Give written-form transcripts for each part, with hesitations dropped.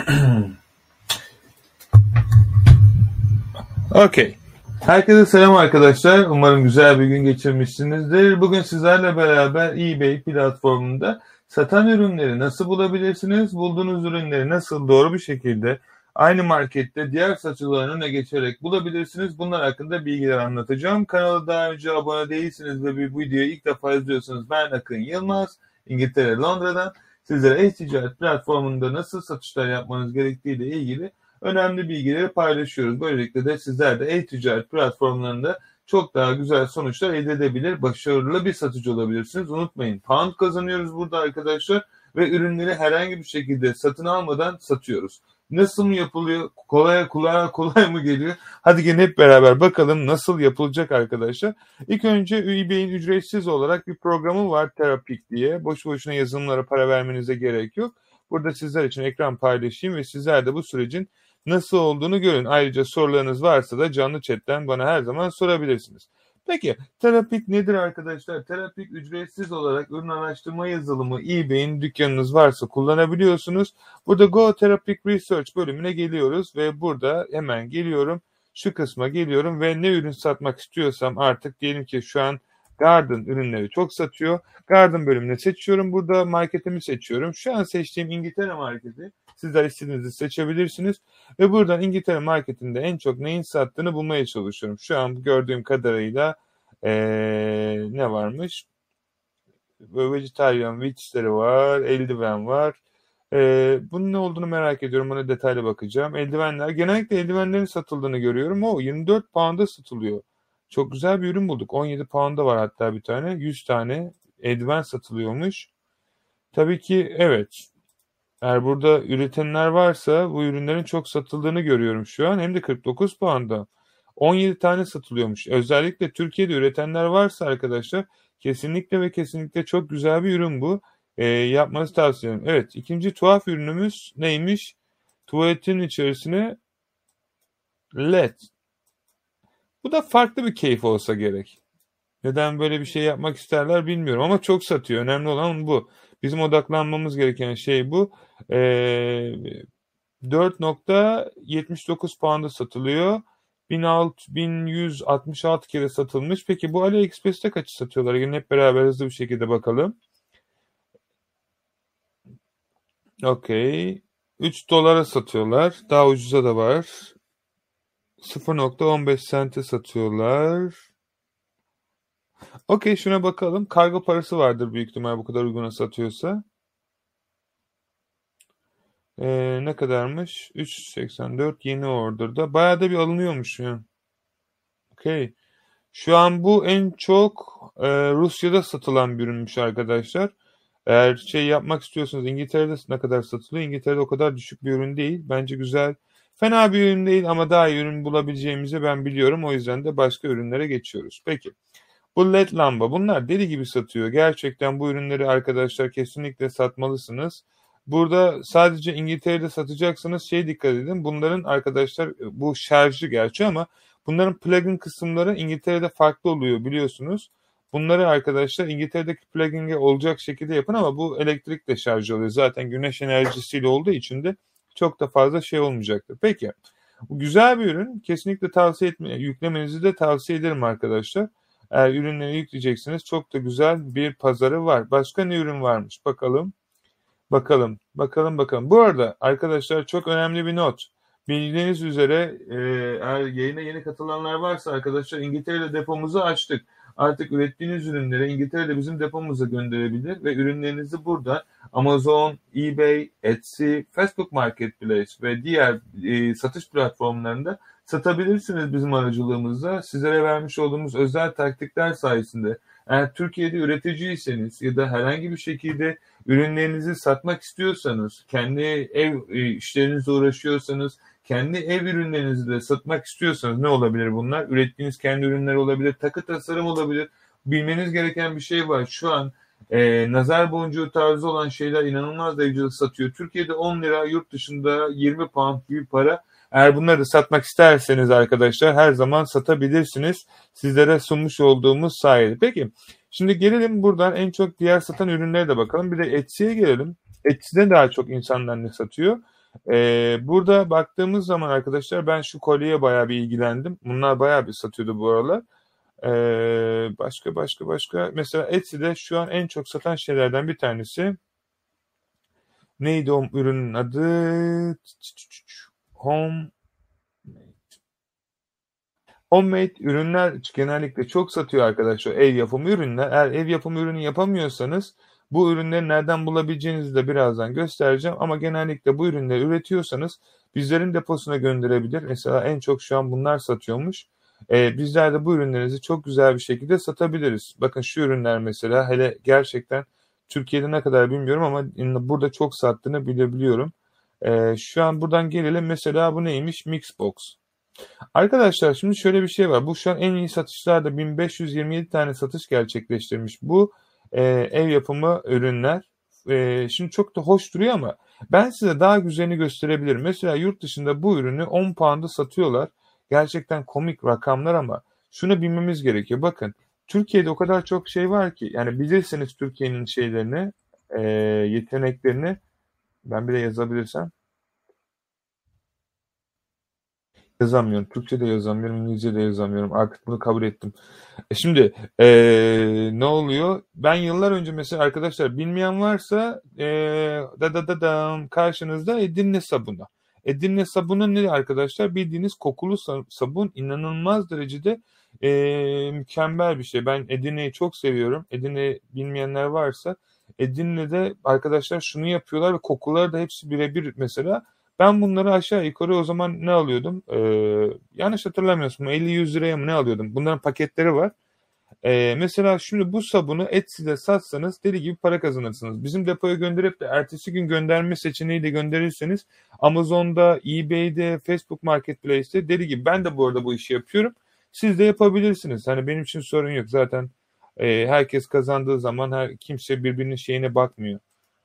Okey. Herkese selam arkadaşlar. Umarım güzel bir gün geçirmişsinizdir. Bugün sizlerle beraber eBay platformunda satan ürünleri nasıl bulabilirsiniz? Bulduğunuz ürünleri nasıl doğru bir şekilde aynı markette diğer satıcıların önüne geçerek bulabilirsiniz? Bunlar hakkında bilgiler anlatacağım. Kanala daha önce abone değilsiniz ve bir videoyu ilk defa izliyorsanız ben Akın Yılmaz, İngiltere, Londra'dan sizlere e-ticaret platformunda nasıl satışlar yapmanız gerektiği ile ilgili önemli bilgileri paylaşıyoruz. Böylelikle de sizler de e-ticaret platformlarında çok daha güzel sonuçlar elde edebilir, başarılı bir satıcı olabilirsiniz. Unutmayın, pound kazanıyoruz burada arkadaşlar ve ürünleri herhangi bir şekilde satın almadan satıyoruz. Nasıl mı yapılıyor? Kulağa kolay mı geliyor? Hadi gelin hep beraber bakalım nasıl yapılacak arkadaşlar. İlk önce eBay'in ücretsiz olarak bir programı var, Terapeak diye. Boşu boşuna yazılımlara para vermenize gerek yok. Burada sizler için ekran paylaşayım ve sizler de bu sürecin nasıl olduğunu görün. Ayrıca sorularınız varsa da canlı chatten bana her zaman sorabilirsiniz. Peki Terapeak nedir arkadaşlar? Terapeak ücretsiz olarak ürün araştırma yazılımı eBay'in dükkanınız varsa kullanabiliyorsunuz. Burada Go Terapeak Research bölümüne geliyoruz ve burada hemen geliyorum. Şu kısma geliyorum ve ne ürün satmak istiyorsam artık diyelim ki şu an Garden ürünleri çok satıyor. Garden bölümünü seçiyorum. Burada marketimi seçiyorum. Şu an seçtiğim İngiltere marketi. Sizler istediğinizi seçebilirsiniz. Ve buradan İngiltere marketinde en çok neyin sattığını bulmaya çalışıyorum. Şu an gördüğüm kadarıyla ne varmış? Vegetarian wheat'leri var. Eldiven var. Bunun ne olduğunu merak ediyorum. Buna detaylı bakacağım. Eldivenler. Genellikle eldivenlerin satıldığını görüyorum. O 24 pound'a satılıyor. Çok güzel bir ürün bulduk. 17 pound'a var hatta bir tane. 100 tane eldiven satılıyormuş. Tabii ki evet. Eğer burada üretenler varsa bu ürünlerin çok satıldığını görüyorum şu an. Hem de 49 pound'a. 17 tane satılıyormuş. Özellikle Türkiye'de üretenler varsa arkadaşlar kesinlikle ve kesinlikle çok güzel bir ürün bu. Yapmanızı tavsiye ederim. Evet, ikinci tuhaf ürünümüz neymiş? Tuvaletin içerisine LED. Bu da farklı bir keyif olsa gerek. Neden böyle bir şey yapmak isterler bilmiyorum ama çok satıyor. Önemli olan bu. Bizim odaklanmamız gereken şey bu. 4.79 pound'a satılıyor. 1166 kere satılmış. Peki bu AliExpress'te kaçı satıyorlar? Yine hep beraber hızlı bir şekilde bakalım. Okey. 3 dolara satıyorlar. Daha ucuza da var. 0.15 sente satıyorlar. Okey, şuna bakalım. Kargo parası vardır büyük ihtimal bu kadar uyguna satıyorsa. Ne kadarmış? 3.84 yeni order'da. Bayağı da bir alınıyormuş ya. Okey. Şu an bu en çok Rusya'da satılan bir ürünmüş arkadaşlar. Eğer şey yapmak istiyorsanız İngiltere'de ne kadar satılıyor? İngiltere'de o kadar düşük bir ürün değil. Bence güzel. Fena bir ürün değil ama daha iyi ürün bulabileceğimizi ben biliyorum. O yüzden de başka ürünlere geçiyoruz. Peki. Bu LED lamba. Bunlar deli gibi satıyor. Gerçekten bu ürünleri arkadaşlar kesinlikle satmalısınız. Burada sadece İngiltere'de satacaksanız dikkat edin. Bunların arkadaşlar bu şarjı gerçi ama bunların plug-in kısımları İngiltere'de farklı oluyor biliyorsunuz. Bunları arkadaşlar İngiltere'deki plug-in'e olacak şekilde yapın ama bu elektrikle şarj oluyor. Zaten güneş enerjisiyle olduğu için de çok da fazla şey olmayacaktır. Peki. Bu güzel bir ürün. Kesinlikle yüklemenizi de tavsiye ederim arkadaşlar. Eğer ürünleri yükleyeceksiniz çok da güzel bir pazarı var. Başka ne ürün varmış? Bakalım. Bakalım. Bu arada arkadaşlar çok önemli bir not. Bildiğiniz üzere eğer yayına yeni katılanlar varsa arkadaşlar İngiltere'de depomuzu açtık. Artık ürettiğiniz ürünleri İngiltere'de bizim depomuza gönderebilir ve ürünlerinizi burada Amazon, eBay, Etsy, Facebook Marketplace ve diğer satış platformlarında satabilirsiniz bizim aracılığımızla. Sizlere vermiş olduğumuz özel taktikler sayesinde eğer Türkiye'de üreticiyseniz ya da herhangi bir şekilde ürünlerinizi satmak istiyorsanız, kendi ev işlerinizle uğraşıyorsanız, kendi ev ürünlerinizi de satmak istiyorsanız ne olabilir bunlar? Ürettiğiniz kendi ürünler olabilir, takı tasarım olabilir. Bilmeniz gereken bir şey var. Şu an nazar boncuğu tarzı olan şeyler inanılmaz derecede satıyor. Türkiye'de 10 lira, yurt dışında 20 pound gibi para. Eğer bunları da satmak isterseniz arkadaşlar her zaman satabilirsiniz. Sizlere sunmuş olduğumuz sayede. Peki şimdi gelelim buradan en çok diğer satan ürünlere de bakalım. Bir de Etsy'ye gelelim. Etsy'de daha çok insanlar ne satıyor? Burada baktığımız zaman arkadaşlar ben şu kolyeye bayağı bir ilgilendim. Bunlar bayağı bir satıyordu bu aralar. Başka mesela Etsy'de şu an en çok satan şeylerden bir tanesi. Neydi o ürünün adı? Home Homemade ürünler genellikle çok satıyor arkadaşlar. Ev yapımı ürünler. Eğer ev yapımı ürünü yapamıyorsanız bu ürünleri nereden bulabileceğinizi de birazdan göstereceğim. Ama genellikle bu ürünleri üretiyorsanız bizlerin deposuna gönderebilir. Mesela en çok şu an bunlar satıyormuş. Bizler de bu ürünlerinizi çok güzel bir şekilde satabiliriz. Bakın şu ürünler mesela hele gerçekten Türkiye'de ne kadar bilmiyorum ama burada çok sattığını bilebiliyorum. Şu an buradan gelelim mesela bu neymiş? Mixbox. Arkadaşlar şimdi şöyle bir şey var. Bu şu an en iyi satışlarda 1527 tane satış gerçekleştirmiş. Bu ev yapımı ürünler. Şimdi çok da hoş duruyor ama ben size daha güzelini gösterebilirim. Mesela yurt dışında bu ürünü 10 pound'a satıyorlar. Gerçekten komik rakamlar ama şunu bilmemiz gerekiyor. Bakın Türkiye'de o kadar çok şey var ki yani bilirsiniz Türkiye'nin şeylerini, yeteneklerini ben bile yazabilirsem. Yazamıyorum. Türkçe de yazamıyorum, İngilizce de yazamıyorum. Artık bunu kabul ettim. Şimdi ne oluyor? Ben yıllar önce mesela arkadaşlar bilmeyen varsa karşınızda Edirne sabunu. Edirne sabunu ne arkadaşlar? Bildiğiniz kokulu sabun inanılmaz derecede mükemmel bir şey. Ben Edirne'yi çok seviyorum. Edirne bilmeyenler varsa Edirne'de arkadaşlar şunu yapıyorlar ve kokuları da hepsi birebir mesela. Ben bunları aşağı yukarı o zaman ne alıyordum? Yanlış hatırlamıyorsun 50-100 liraya mı ne alıyordum? Bunların paketleri var. Mesela şimdi bu sabunu Etsy'de satsanız deli gibi para kazanırsınız. Bizim depoya gönderip de ertesi gün gönderme seçeneği de gönderirseniz Amazon'da, eBay'de, Facebook Marketplace'te deli gibi. Ben de bu arada bu işi yapıyorum. Siz de yapabilirsiniz. Hani benim için sorun yok. Zaten herkes kazandığı zaman kimse birbirinin şeyine bakmıyor.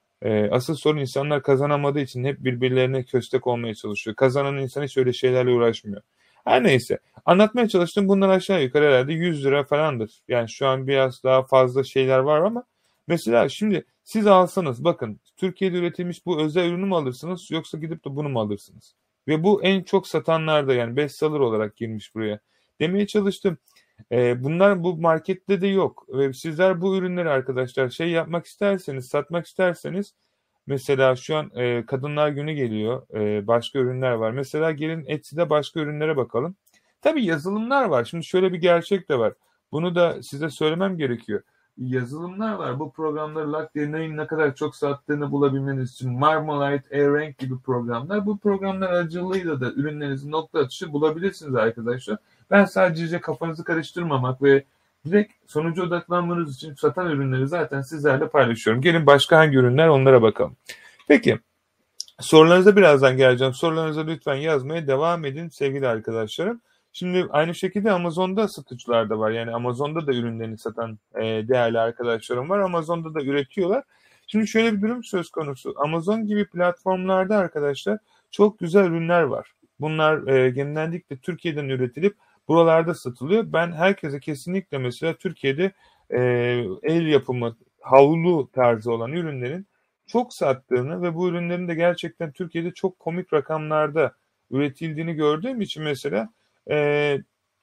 Asıl sorun insanlar kazanamadığı için hep birbirlerine köstek olmaya çalışıyor. Kazanan insan hiç öyle şeylerle uğraşmıyor. Her neyse. Anlatmaya çalıştım. Bunlar aşağı yukarı herhalde 100 lira falandır. Yani şu an biraz daha fazla şeyler var ama mesela şimdi siz alsanız bakın Türkiye'de üretilmiş bu özel ürünü mü alırsınız yoksa gidip de bunu mu alırsınız? Ve bu en çok satanlarda yani bestseller olarak girmiş buraya. Demeye çalıştım. Bunlar bu markette de yok. Ve sizler bu ürünleri arkadaşlar şey yapmak isterseniz, satmak isterseniz mesela şu an Kadınlar Günü geliyor. Başka ürünler var. Mesela gelin Etsy'de başka ürünlere bakalım. Tabii yazılımlar var. Şimdi şöyle bir gerçek de var. Bunu da size söylemem gerekiyor. Yazılımlar var. Bu programları Lockday'in ne kadar çok sattığını bulabilmeniz için Marmalite, A-Rank gibi programlar. Bu programlar aracılığıyla da ürünlerinizin nokta atışı bulabilirsiniz arkadaşlar. Ben sadece kafanızı karıştırmamak ve direkt sonuca odaklanmanız için satan ürünleri zaten sizlerle paylaşıyorum. Gelin başka hangi ürünler onlara bakalım. Peki sorularınıza birazdan geleceğim. Sorularınızı lütfen yazmaya devam edin sevgili arkadaşlarım. Şimdi aynı şekilde Amazon'da satıcılar da var. Yani Amazon'da da ürünlerini satan değerli arkadaşlarım var. Amazon'da da üretiyorlar. Şimdi şöyle bir durum söz konusu. Amazon gibi platformlarda arkadaşlar çok güzel ürünler var. Bunlar genellikle Türkiye'den üretilip buralarda satılıyor. Ben herkese kesinlikle mesela Türkiye'de e, el yapımı havlu tarzı olan ürünlerin çok sattığını ve bu ürünlerin de gerçekten Türkiye'de çok komik rakamlarda üretildiğini gördüğüm için mesela e,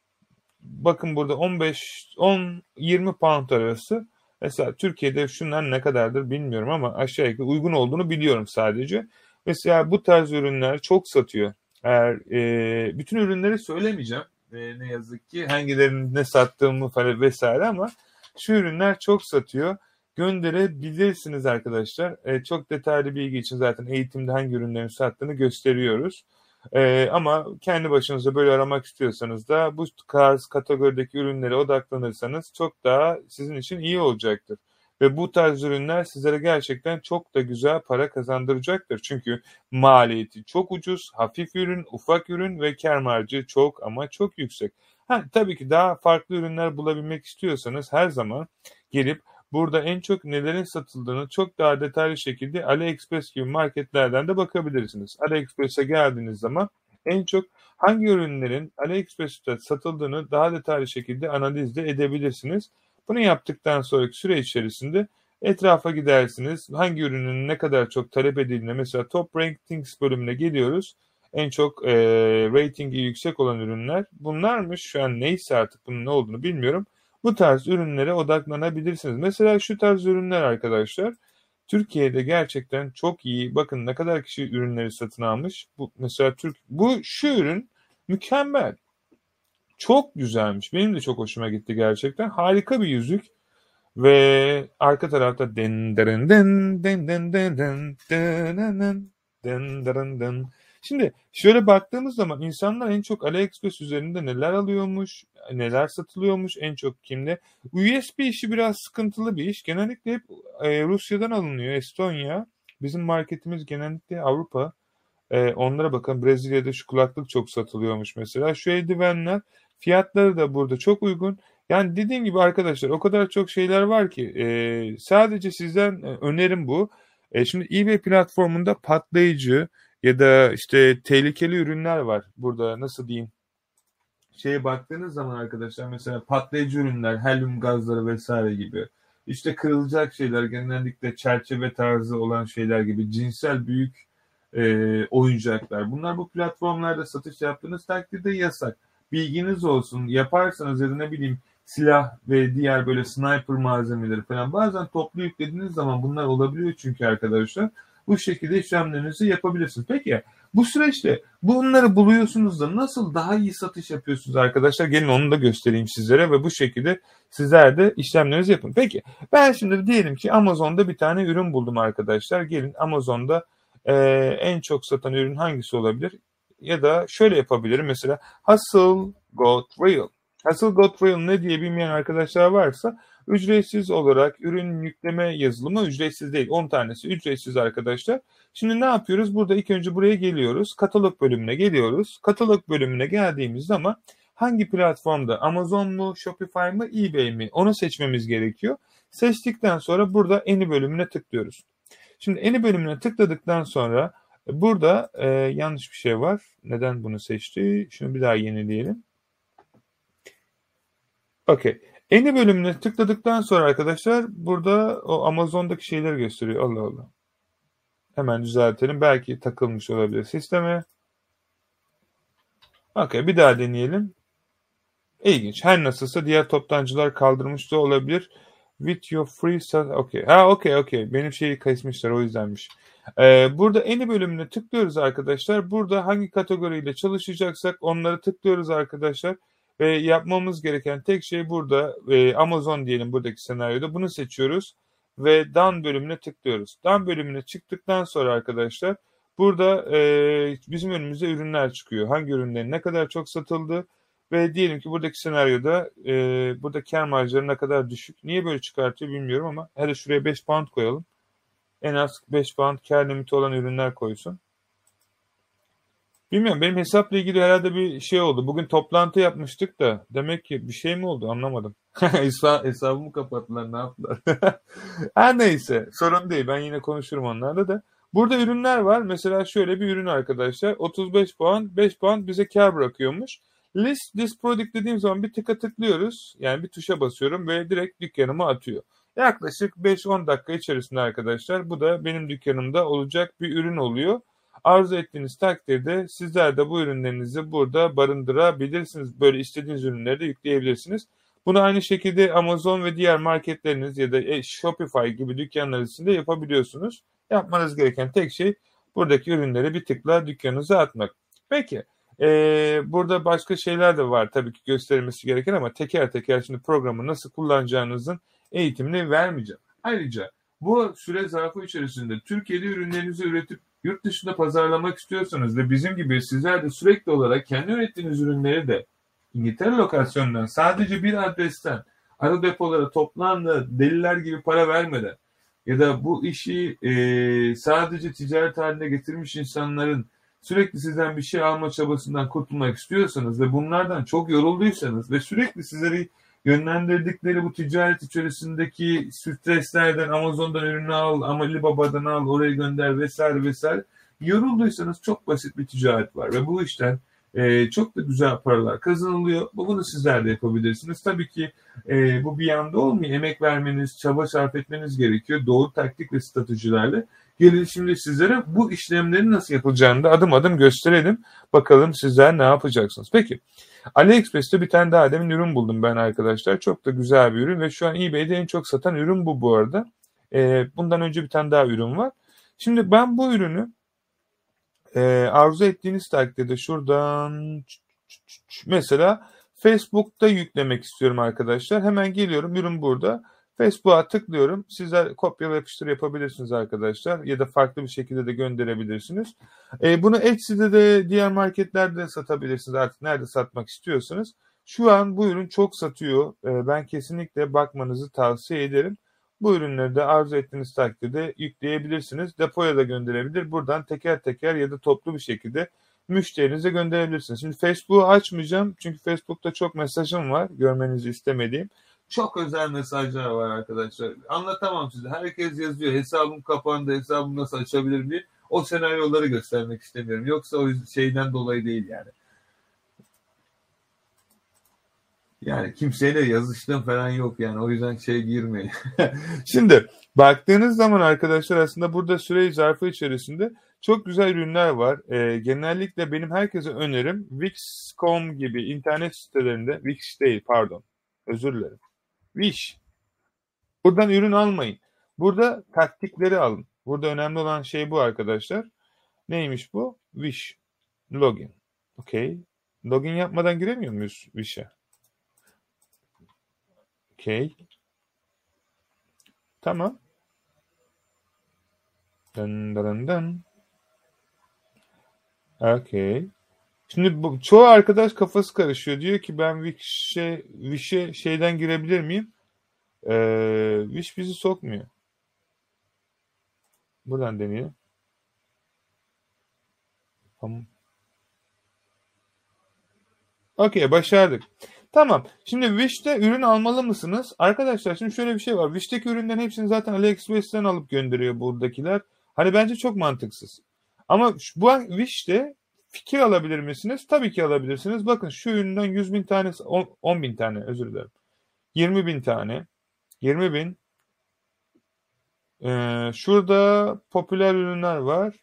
bakın burada 10-20 pound arası mesela Türkiye'de şunlar ne kadardır bilmiyorum ama aşağı yukarı uygun olduğunu biliyorum sadece. Mesela bu tarz ürünler çok satıyor. Eğer bütün ürünleri söylemeyeceğim. Ne yazık ki hangilerinin ne sattığımı falan vesaire ama şu ürünler çok satıyor. Gönderebilirsiniz arkadaşlar. Çok detaylı bilgi için zaten eğitimde hangi ürünlerin sattığını gösteriyoruz. Ama kendi başınıza böyle aramak istiyorsanız da bu tarz kategorideki ürünlere odaklanırsanız çok daha sizin için iyi olacaktır. Ve bu tarz ürünler sizlere gerçekten çok da güzel para kazandıracaktır. Çünkü maliyeti çok ucuz, hafif ürün, ufak ürün ve kâr marjı çok ama çok yüksek. Tabii ki daha farklı ürünler bulabilmek istiyorsanız her zaman gelip burada en çok nelerin satıldığını çok daha detaylı şekilde AliExpress gibi marketlerden de bakabilirsiniz. AliExpress'e geldiğiniz zaman en çok hangi ürünlerin AliExpress'te satıldığını daha detaylı şekilde analiz de edebilirsiniz. Bunu yaptıktan sonraki süre içerisinde Etrafa gidersiniz. Hangi ürünün ne kadar çok talep edildiğine, mesela Top Rankings bölümüne geliyoruz. En çok ratingi yüksek olan ürünler bunlarmış. Şu an neyse artık bunun ne olduğunu bilmiyorum. Bu tarz ürünlere odaklanabilirsiniz. Mesela şu tarz ürünler arkadaşlar Türkiye'de gerçekten çok iyi. Bakın ne kadar kişi ürünleri satın almış. Bu mesela şu ürün mükemmel. Çok güzelmiş. Benim de çok hoşuma gitti gerçekten. Harika bir yüzük. Ve arka tarafta den den den den den den den den den den den. Şimdi şöyle baktığımız zaman insanlar en çok AliExpress üzerinde neler alıyormuş, neler satılıyormuş, en çok kimde. USB işi biraz sıkıntılı bir iş. Genellikle hep Rusya'dan alınıyor, Estonya. Bizim marketimiz genellikle Avrupa. Onlara bakın, Brezilya'da şu kulaklık çok satılıyormuş mesela. Şu eldivenler, fiyatları da burada çok uygun. Yani dediğim gibi arkadaşlar o kadar çok şeyler var ki sadece sizden önerim bu. Şimdi eBay platformunda patlayıcı ya da işte tehlikeli ürünler var. Burada nasıl diyeyim? Şeye baktığınız zaman arkadaşlar mesela patlayıcı ürünler, helyum gazları vesaire gibi. İşte kırılacak şeyler, genellikle çerçeve tarzı olan şeyler gibi, cinsel büyük oyuncaklar. Bunlar bu platformlarda satış yaptığınız takdirde yasak. Bilginiz olsun. Yaparsanız ya da ne bileyim silah ve diğer böyle sniper malzemeleri falan bazen toplu yüklediğiniz zaman bunlar olabiliyor çünkü arkadaşlar. Bu şekilde işlemlerinizi yapabilirsiniz. Peki bu süreçte bunları buluyorsunuz da nasıl daha iyi satış yapıyorsunuz arkadaşlar? Gelin onu da göstereyim sizlere ve bu şekilde sizler de işlemlerinizi yapın. Peki ben şimdi diyelim ki Amazon'da bir tane ürün buldum arkadaşlar. Gelin Amazon'da en çok satan ürün hangisi olabilir? Ya da şöyle yapabilirim mesela Hustle Got Real. Hustle Got Real ne diye bilmeyen arkadaşlar varsa ücretsiz olarak ürün yükleme yazılımı, ücretsiz değil, 10 tanesi ücretsiz arkadaşlar. Şimdi ne yapıyoruz? Burada ilk önce buraya geliyoruz. Katalog bölümüne geliyoruz. Katalog bölümüne geldiğimiz zaman hangi platformda, Amazon mu, Shopify mı, eBay mi, onu seçmemiz gerekiyor. Seçtikten sonra burada Any bölümüne tıklıyoruz. Şimdi Any bölümüne tıkladıktan sonra burada yanlış bir şey var. Neden bunu seçti? Şunu bir daha yenileyelim. Okey. Any bölümüne tıkladıktan sonra arkadaşlar burada o Amazon'daki şeyleri gösteriyor. Allah Allah. Hemen düzeltelim. Belki takılmış olabilir sisteme. Okey. Bir daha deneyelim. İlginç. Her nasılsa diğer toptancılar kaldırmış da olabilir. With your free start. Okey. Okey. Benim şeyi kesmişler, o yüzdenmiş. Burada Any bölümüne tıklıyoruz arkadaşlar. Burada hangi kategoriyle çalışacaksak onları tıklıyoruz arkadaşlar. Ve yapmamız gereken tek şey burada Amazon diyelim buradaki senaryoda. Bunu seçiyoruz. Ve Done bölümüne tıklıyoruz. Done bölümüne çıktıktan sonra arkadaşlar burada bizim önümüze ürünler çıkıyor. Hangi ürünlerin ne kadar çok satıldı. Ve diyelim ki buradaki senaryoda burada kar marjları ne kadar düşük. Niye böyle çıkartıyor bilmiyorum ama hadi şuraya 5 pound koyalım. En az 5 pound kar limiti olan ürünler koysun. Bilmiyorum, benim hesapla ilgili herhalde bir şey oldu. Bugün toplantı yapmıştık da demek ki bir şey mi oldu anlamadım. Hesabımı kapattılar, ne yaptılar? Her neyse, sorun değil, ben yine konuşurum onlarla da. Burada ürünler var. Mesela şöyle bir ürün arkadaşlar. 35 puan, 5 puan bize kar bırakıyormuş. List this product dediğim zaman bir tıklıyoruz. Yani bir tuşa basıyorum ve direkt dükkanıma atıyor. Yaklaşık 5-10 dakika içerisinde arkadaşlar bu da benim dükkanımda olacak bir ürün oluyor. Arzu ettiğiniz takdirde sizler de bu ürünlerinizi burada barındırabilirsiniz. Böyle istediğiniz ürünleri de yükleyebilirsiniz. Bunu aynı şekilde Amazon ve diğer marketleriniz ya da Shopify gibi dükkanlar içinde yapabiliyorsunuz. Yapmanız gereken tek şey buradaki ürünleri bir tıkla dükkanınıza atmak. Peki burada başka şeyler de var tabii ki gösterilmesi gereken ama teker teker şimdi programı nasıl kullanacağınızın eğitimini vermeyeceğim. Ayrıca bu süre zarfı içerisinde Türkiye'de ürünlerinizi üretip yurt dışında pazarlamak istiyorsanız ve bizim gibi sizler de sürekli olarak kendi ürettiğiniz ürünleri de İngiltere lokasyonundan sadece bir adresten ara depolara toplandı deliler gibi para vermeden ya da bu işi sadece ticaret haline getirmiş insanların sürekli sizden bir şey alma çabasından kurtulmak istiyorsanız ve bunlardan çok yorulduysanız ve sürekli sizleri yönlendirdikleri bu ticaret içerisindeki streslerden Amazon'dan ürünü al, Alibaba'dan al, oraya gönder vesaire vesaire yorulduysanız çok basit bir ticaret var ve bu işten Çok da güzel paralar kazanılıyor. Bunu sizler de yapabilirsiniz. Tabii ki bu bir anda olmuyor. Emek vermeniz, çaba sarf etmeniz gerekiyor. Doğru taktik ve stratejilerle. Gelin şimdi sizlere bu işlemlerin nasıl yapılacağını da adım adım gösterelim. Bakalım sizler ne yapacaksınız. Peki. AliExpress'te bir tane daha demin ürün buldum ben arkadaşlar. Çok da güzel bir ürün ve şu an eBay'de en çok satan ürün bu arada. Bundan önce bir tane daha ürün var. Şimdi ben bu ürünü arzu ettiğiniz takdirde şuradan mesela Facebook'ta yüklemek istiyorum arkadaşlar. Hemen geliyorum, ürün burada. Facebook'a tıklıyorum. Sizler kopyala yapıştır yapabilirsiniz arkadaşlar. Ya da farklı bir şekilde de gönderebilirsiniz. Bunu Etsy'de de diğer marketlerde satabilirsiniz. Artık nerede satmak istiyorsanız. Şu an bu ürün çok satıyor. Ben kesinlikle bakmanızı tavsiye ederim. Bu ürünleri de arzu ettiğiniz takdirde yükleyebilirsiniz. Depoya da gönderebilir. Buradan teker teker ya da toplu bir şekilde müşterinize gönderebilirsiniz. Şimdi Facebook'u açmayacağım. Çünkü Facebook'ta çok mesajım var. Görmenizi istemediğim. Çok özel mesajlar var arkadaşlar. Anlatamam size. Herkes yazıyor. Hesabım kapandı. Hesabımı nasıl açabilirim diye. O senaryoları göstermek istemiyorum. Yoksa o şeyden dolayı değil yani. Yani kimseyle yazıştığım falan yok yani. O yüzden girmeyin. Şimdi baktığınız zaman arkadaşlar aslında burada süre zarfı içerisinde çok güzel ürünler var. Genellikle benim herkese önerim Wix.com gibi internet sitelerinde, Wix değil pardon, özür dilerim. Wish. Buradan ürün almayın. Burada taktikleri alın. Burada önemli olan şey bu arkadaşlar. Neymiş bu? Wish. Login. Okey. Login yapmadan giremiyor muyuz Wish'e? Okey. Tamam. Dın dın dın. Okey. Şimdi çoğu arkadaş kafası karışıyor. Diyor ki ben Wish'e şeyden girebilir miyim? Wish bizi sokmuyor. Buradan deneyelim. Tamam. Okey, başardık. Tamam. Şimdi Wish'te ürün almalı mısınız? Arkadaşlar şimdi şöyle bir şey var. Wish'teki ürünlerin hepsini zaten AliExpress'ten alıp gönderiyor buradakiler. Hani bence çok mantıksız. Ama bu Wish'te fikir alabilir misiniz? Tabii ki alabilirsiniz. Bakın şu üründen 100.000 tane, 10.000 tane özür dilerim. 20.000 tane. 20.000. Şurada popüler ürünler var.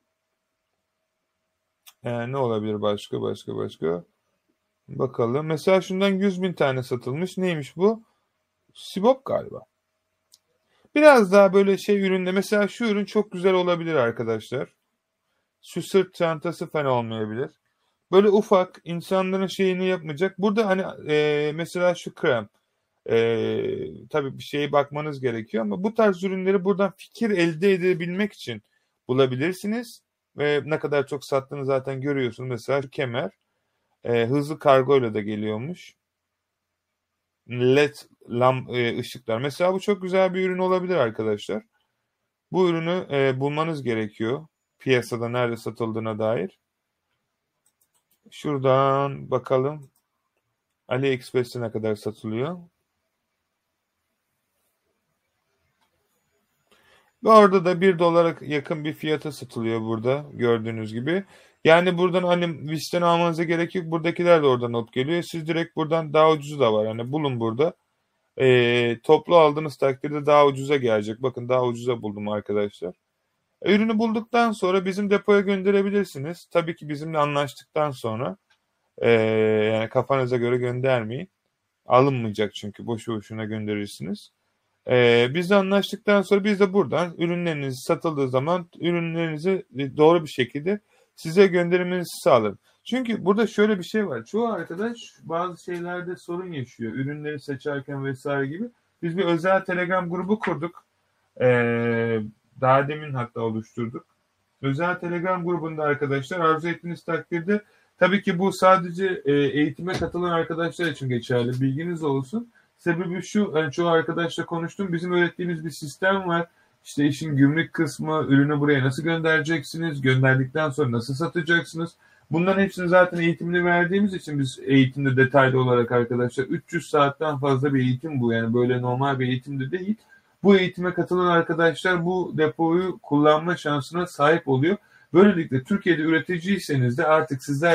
Ne olabilir başka? Bakalım. Mesela şundan 100.000 tane satılmış. Neymiş bu? Sibop galiba. Biraz daha böyle üründe. Mesela şu ürün çok güzel olabilir arkadaşlar. Şu sırt çantası fena olmayabilir. Böyle ufak insanların şeyini yapmayacak. Burada hani mesela şu krem. Tabii bir şeye bakmanız gerekiyor ama bu tarz ürünleri buradan fikir elde edebilmek için bulabilirsiniz. Ve ne kadar çok sattığını zaten görüyorsunuz. Mesela şu kemer hızlı kargoyla da geliyormuş. LED ışıklar. Mesela bu çok güzel bir ürün olabilir arkadaşlar. Bu ürünü bulmanız gerekiyor. Piyasada nerede satıldığına dair. Şuradan bakalım. AliExpress'te ne kadar satılıyor? Ve orada da $1 yakın bir fiyata satılıyor burada gördüğünüz gibi. Yani buradan hani Wish'ten almanıza gerek yok. Buradakiler de oradan not geliyor. Siz direkt buradan daha ucuzu da var. Hani bulun burada. Toplu aldığınız takdirde daha ucuza gelecek. Bakın daha ucuza buldum arkadaşlar. Ürünü bulduktan sonra bizim depoya gönderebilirsiniz. Tabii ki bizimle anlaştıktan sonra. Yani kafanıza göre göndermeyin. Alınmayacak çünkü boşu boşuna gönderirsiniz. Bizle anlaştıktan sonra biz de buradan ürünleriniz satıldığı zaman ürünlerinizi doğru bir şekilde size göndermenizi sağlarım. Çünkü burada şöyle bir şey var. Çoğu arkadaş bazı şeylerde sorun yaşıyor. Ürünleri seçerken vesaire gibi. Biz bir özel Telegram grubu kurduk. Daha demin hatta oluşturduk. Özel Telegram grubunda arkadaşlar arzu ettiğiniz takdirde tabii ki bu sadece eğitime katılan arkadaşlar için geçerli. Bilginiz olsun. Sebebi şu, yani çoğu arkadaşla konuştum. Bizim öğrettiğimiz bir sistem var. İşte işin gümrük kısmı, ürünü buraya nasıl göndereceksiniz, gönderdikten sonra nasıl satacaksınız. Bunların hepsini zaten eğitimini verdiğimiz için biz eğitimde detaylı olarak arkadaşlar 300 saatten fazla bir eğitim bu. Yani böyle normal bir eğitimde değil. Bu eğitime katılan arkadaşlar bu depoyu kullanma şansına sahip oluyor. Böylelikle Türkiye'de üreticiyseniz de artık sizler de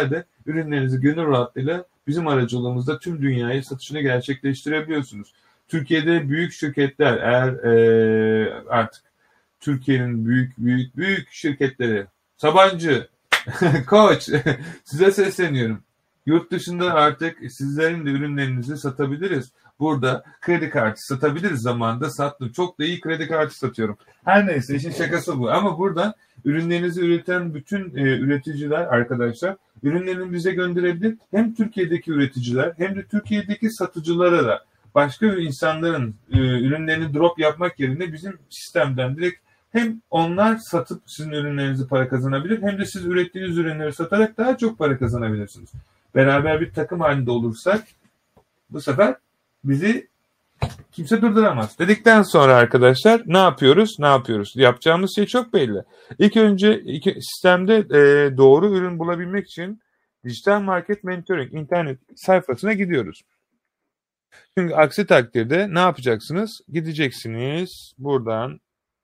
ürünlerinizi gönül rahatlığıyla bizim aracılığımızda tüm dünyaya satışını gerçekleştirebiliyorsunuz. Türkiye'de büyük şirketler eğer artık Türkiye'nin büyük şirketleri, Sabancı, Koç, size sesleniyorum. Yurt dışında artık sizlerin de ürünlerinizi satabiliriz. Burada kredi kartı satabiliriz, zamanında sattım. Çok da iyi kredi kartı satıyorum. Her neyse, işin şakası bu. Ama burada ürünlerinizi üreten bütün üreticiler arkadaşlar ürünlerini bize gönderebilir. Hem Türkiye'deki üreticiler hem de Türkiye'deki satıcılara da başka insanların ürünlerini drop yapmak yerine bizim sistemden direkt hem onlar satıp sizin ürünlerinizi para kazanabilir hem de siz ürettiğiniz ürünleri satarak daha çok para kazanabilirsiniz. Beraber bir takım halinde olursak bu sefer bizi kimse durduramaz. Dedikten sonra arkadaşlar ne yapıyoruz? Ne yapıyoruz? Yapacağımız şey çok belli. İlk önce sistemde doğru ürün bulabilmek için Dijital Market Mentoring internet sayfasına gidiyoruz. Çünkü aksi takdirde ne yapacaksınız? Gideceksiniz buradan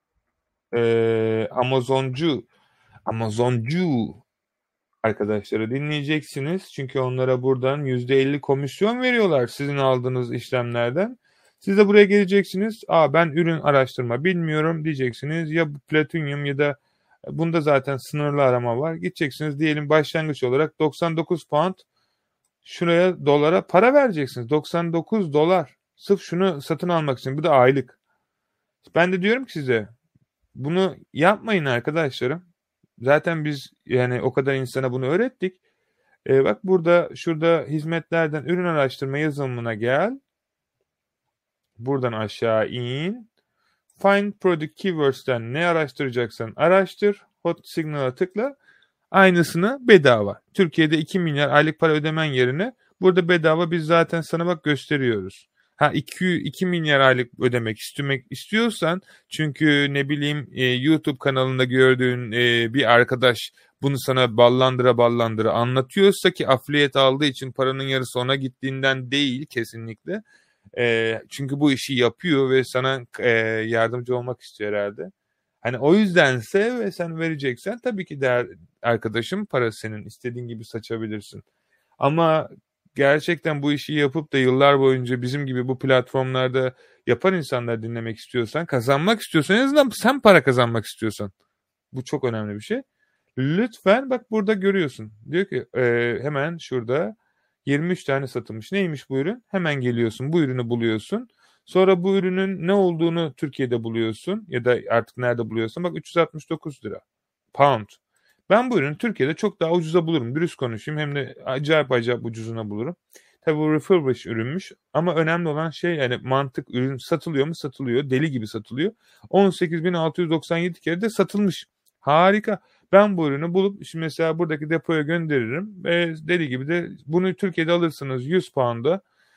Amazoncu arkadaşları dinleyeceksiniz. Çünkü onlara buradan %50 komisyon veriyorlar sizin aldığınız işlemlerden. Siz de buraya geleceksiniz. Ben ürün araştırma bilmiyorum diyeceksiniz. Ya Platinum ya da bunda zaten sınırlı arama var. Gideceksiniz diyelim başlangıç olarak 99 pound şuraya dolara para vereceksiniz. 99 dolar. Sırf şunu satın almak için. Bu da aylık. Ben de diyorum ki size bunu yapmayın arkadaşlarım. Zaten biz yani o kadar insana bunu öğrettik. Bak şurada hizmetlerden ürün araştırma yazılımına gel. Buradan aşağı in. Find Product Keywords'ten ne araştıracaksan araştır. Hot Signal'a tıkla. Aynısını bedava. Türkiye'de 2 milyar aylık para ödemen yerine burada bedava biz zaten sana bak gösteriyoruz. 2 milyar aylık ödemek istiyorsan çünkü ne bileyim YouTube kanalında gördüğün bir arkadaş bunu sana ballandıra anlatıyorsa ki affiliate aldığı için paranın yarısı ona gittiğinden değil kesinlikle. Çünkü bu işi yapıyor ve sana yardımcı olmak istiyor herhalde. Hani o yüzdense ve sen vereceksen tabii ki arkadaşım para senin istediğin gibi saçabilirsin. Ama gerçekten bu işi yapıp da yıllar boyunca bizim gibi bu platformlarda yapan insanlar dinlemek istiyorsan, kazanmak istiyorsan en azından sen para kazanmak istiyorsan. Bu çok önemli bir şey. Lütfen bak burada görüyorsun. Diyor ki hemen şurada 23 tane satılmış. Neymiş bu ürün? Hemen geliyorsun bu ürünü buluyorsun. Sonra bu ürünün ne olduğunu Türkiye'de buluyorsun ya da artık nerede buluyorsan bak 369 lira. Pound. Ben bu ürünü Türkiye'de çok daha ucuza bulurum. Dürüst konuşayım hem de acayip ucuzuna bulurum. Tabii bu refurbish ürünmüş ama önemli olan şey yani mantık ürün satılıyor mu? Satılıyor. Deli gibi satılıyor. 18.697 kere de satılmış. Harika. Ben bu ürünü bulup şimdi mesela buradaki depoya gönderirim ve deli gibi de bunu Türkiye'de alırsınız 100 pound'a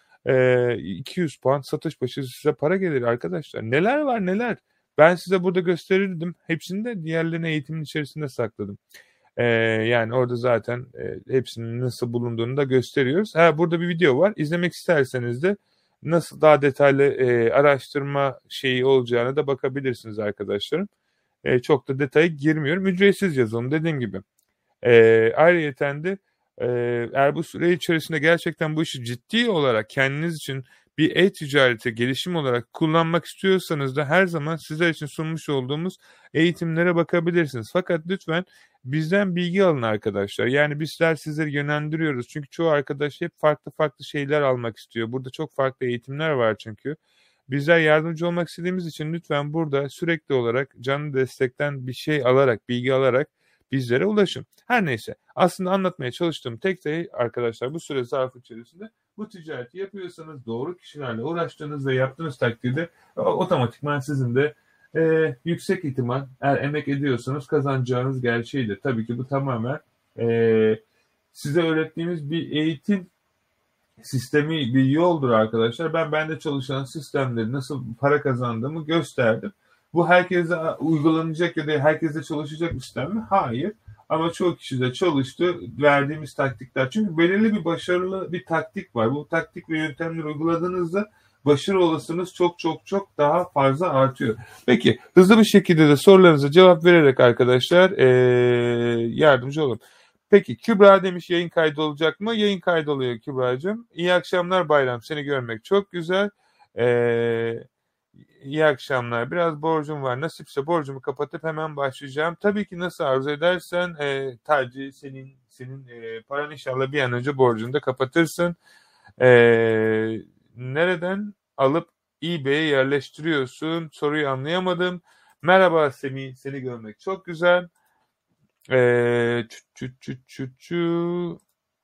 200 pound satış başı size para gelir arkadaşlar. Neler var neler. Ben size burada gösterirdim. Hepsini de diğerlerini eğitimin içerisinde sakladım. Yani orada zaten hepsinin nasıl bulunduğunu da gösteriyoruz. Burada bir video var. İzlemek isterseniz de nasıl daha detaylı araştırma şeyi olacağını da bakabilirsiniz arkadaşlarım. Çok da detaya girmiyorum. Ücretsiz yazılım dediğim gibi. Ayrıyeten de eğer bu süre içerisinde gerçekten bu işi ciddi olarak kendiniz için bir e-ticareti gelişim olarak kullanmak istiyorsanız da her zaman sizler için sunmuş olduğumuz eğitimlere bakabilirsiniz. Fakat lütfen bizden bilgi alın arkadaşlar. Yani bizler sizleri yönlendiriyoruz. Çünkü çoğu arkadaş hep farklı şeyler almak istiyor. Burada çok farklı eğitimler var çünkü. Bizler yardımcı olmak istediğimiz için lütfen burada sürekli olarak canlı destekten bir şey alarak, bilgi alarak bizlere ulaşın. Her neyse aslında anlatmaya çalıştığım tek şey arkadaşlar bu süre zarfı içerisinde bu ticareti yapıyorsanız doğru kişilerle uğraştığınız ve yaptığınız takdirde otomatikman sizin de yüksek ihtimal eğer emek ediyorsanız kazanacağınız gerçeğidir. Tabii ki bu tamamen size öğrettiğimiz bir eğitim sistemi bir yoldur arkadaşlar. Bende çalışan sistemleri nasıl para kazandığımı gösterdim. Bu herkese uygulanacak ya da herkese çalışacak bir sistem mi? Hayır. Ama çoğu kişi de çalıştı. Verdiğimiz taktikler. Çünkü belirli bir başarılı bir taktik var. Bu taktik ve yöntemleri uyguladığınızda başarı olasılığınız çok daha fazla artıyor. Peki hızlı bir şekilde de sorularınıza cevap vererek arkadaşlar yardımcı olun. Peki Kübra demiş yayın kaydı olacak mı? Yayın kaydı oluyor Kübra'cığım. İyi akşamlar Bayram. Seni görmek çok güzel. İyi akşamlar. Biraz borcum var. Nasipse borcumu kapatıp hemen başlayacağım. Tabii ki nasıl arzu edersen Taci senin paran inşallah bir an önce borcunu da kapatırsın. E, Nereden alıp eBay'e yerleştiriyorsun? Soruyu anlayamadım. Merhaba Semih. Seni görmek çok güzel. Ee, çü, çü, çü, çü, çü.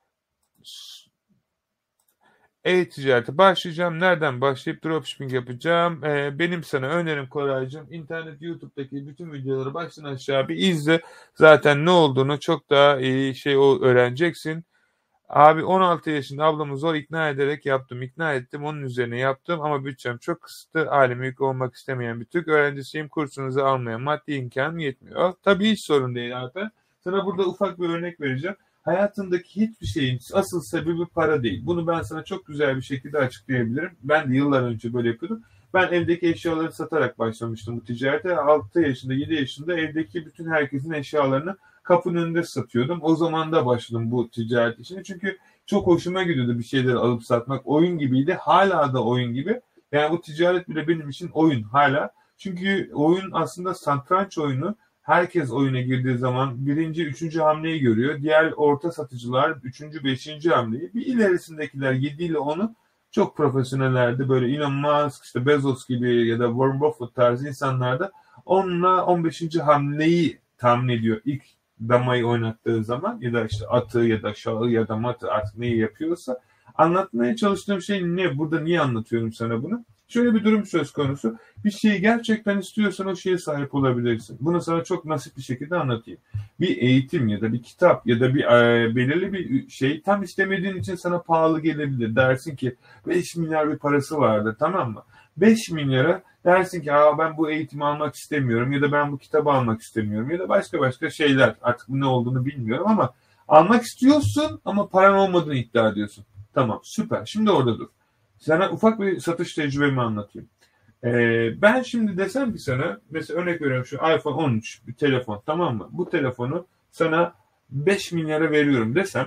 E-ticarete başlayacağım. Nereden başlayıp dropshipping yapacağım? Benim sana önerim Koraycığım. İnternet YouTube'daki bütün videoları baştan aşağı bir izle. Zaten ne olduğunu çok daha iyi öğreneceksin. Abi 16 yaşında ablamı zor ikna ederek yaptım. İkna ettim. Onun üzerine yaptım ama bütçem çok kısıtlı. Aileme yük olmak istemeyen bir Türk öğrencisiyim. Kursunuzu almaya maddi imkanım yetmiyor. Tabii hiç sorun değil Alper. Sana burada ufak bir örnek vereceğim. Hayatındaki hiçbir şeyin asıl sebebi para değil. Bunu ben sana çok güzel bir şekilde açıklayabilirim. Ben de yıllar önce böyle yapıyordum. Ben evdeki eşyaları satarak başlamıştım bu ticarete. 6 yaşında, 7 yaşında evdeki bütün herkesin eşyalarını kapının önünde satıyordum. O zaman da başladım bu ticaret işine. Çünkü çok hoşuma gidiyordu bir şeyleri alıp satmak. Oyun gibiydi. Hala da oyun gibi. Yani bu ticaret bile benim için oyun hala. Çünkü oyun aslında satranç oyunu. Herkes oyuna girdiği zaman birinci, üçüncü hamleyi görüyor. Diğer orta satıcılar üçüncü, beşinci hamleyi. Bir ilerisindekiler 7 ile 10'u çok profesyonellerdi. Böyle Elon Musk, işte Bezos gibi ya da Warren Buffett tarzı insanlar da 10'la 15. hamleyi tahmin ediyor ilk damayı oynattığı zaman ya da işte atı ya da şahı ya da matı artık neyi yapıyorsa. Anlatmaya çalıştığım şey ne? Burada niye anlatıyorum sana bunu? Şöyle bir durum söz konusu. Bir şeyi gerçekten istiyorsan o şeye sahip olabilirsin. Bunu sana çok nasit bir şekilde anlatayım. Bir eğitim ya da bir kitap ya da bir belirli bir şey tam istemediğin için sana pahalı gelebilir. Dersin ki 5 milyar bir parası vardır, tamam mı? 5 milyara dersin ki ben bu eğitimi almak istemiyorum ya da ben bu kitabı almak istemiyorum ya da başka şeyler, artık ne olduğunu bilmiyorum ama almak istiyorsun ama paran olmadığını iddia ediyorsun. Tamam, süper, şimdi orada dur. Sana ufak bir satış tecrübemi anlatayım. Ben şimdi desem ki sana, mesela örnek veriyorum, şu iPhone 13 bir telefon, tamam mı? Bu telefonu sana 5 milyara veriyorum desem,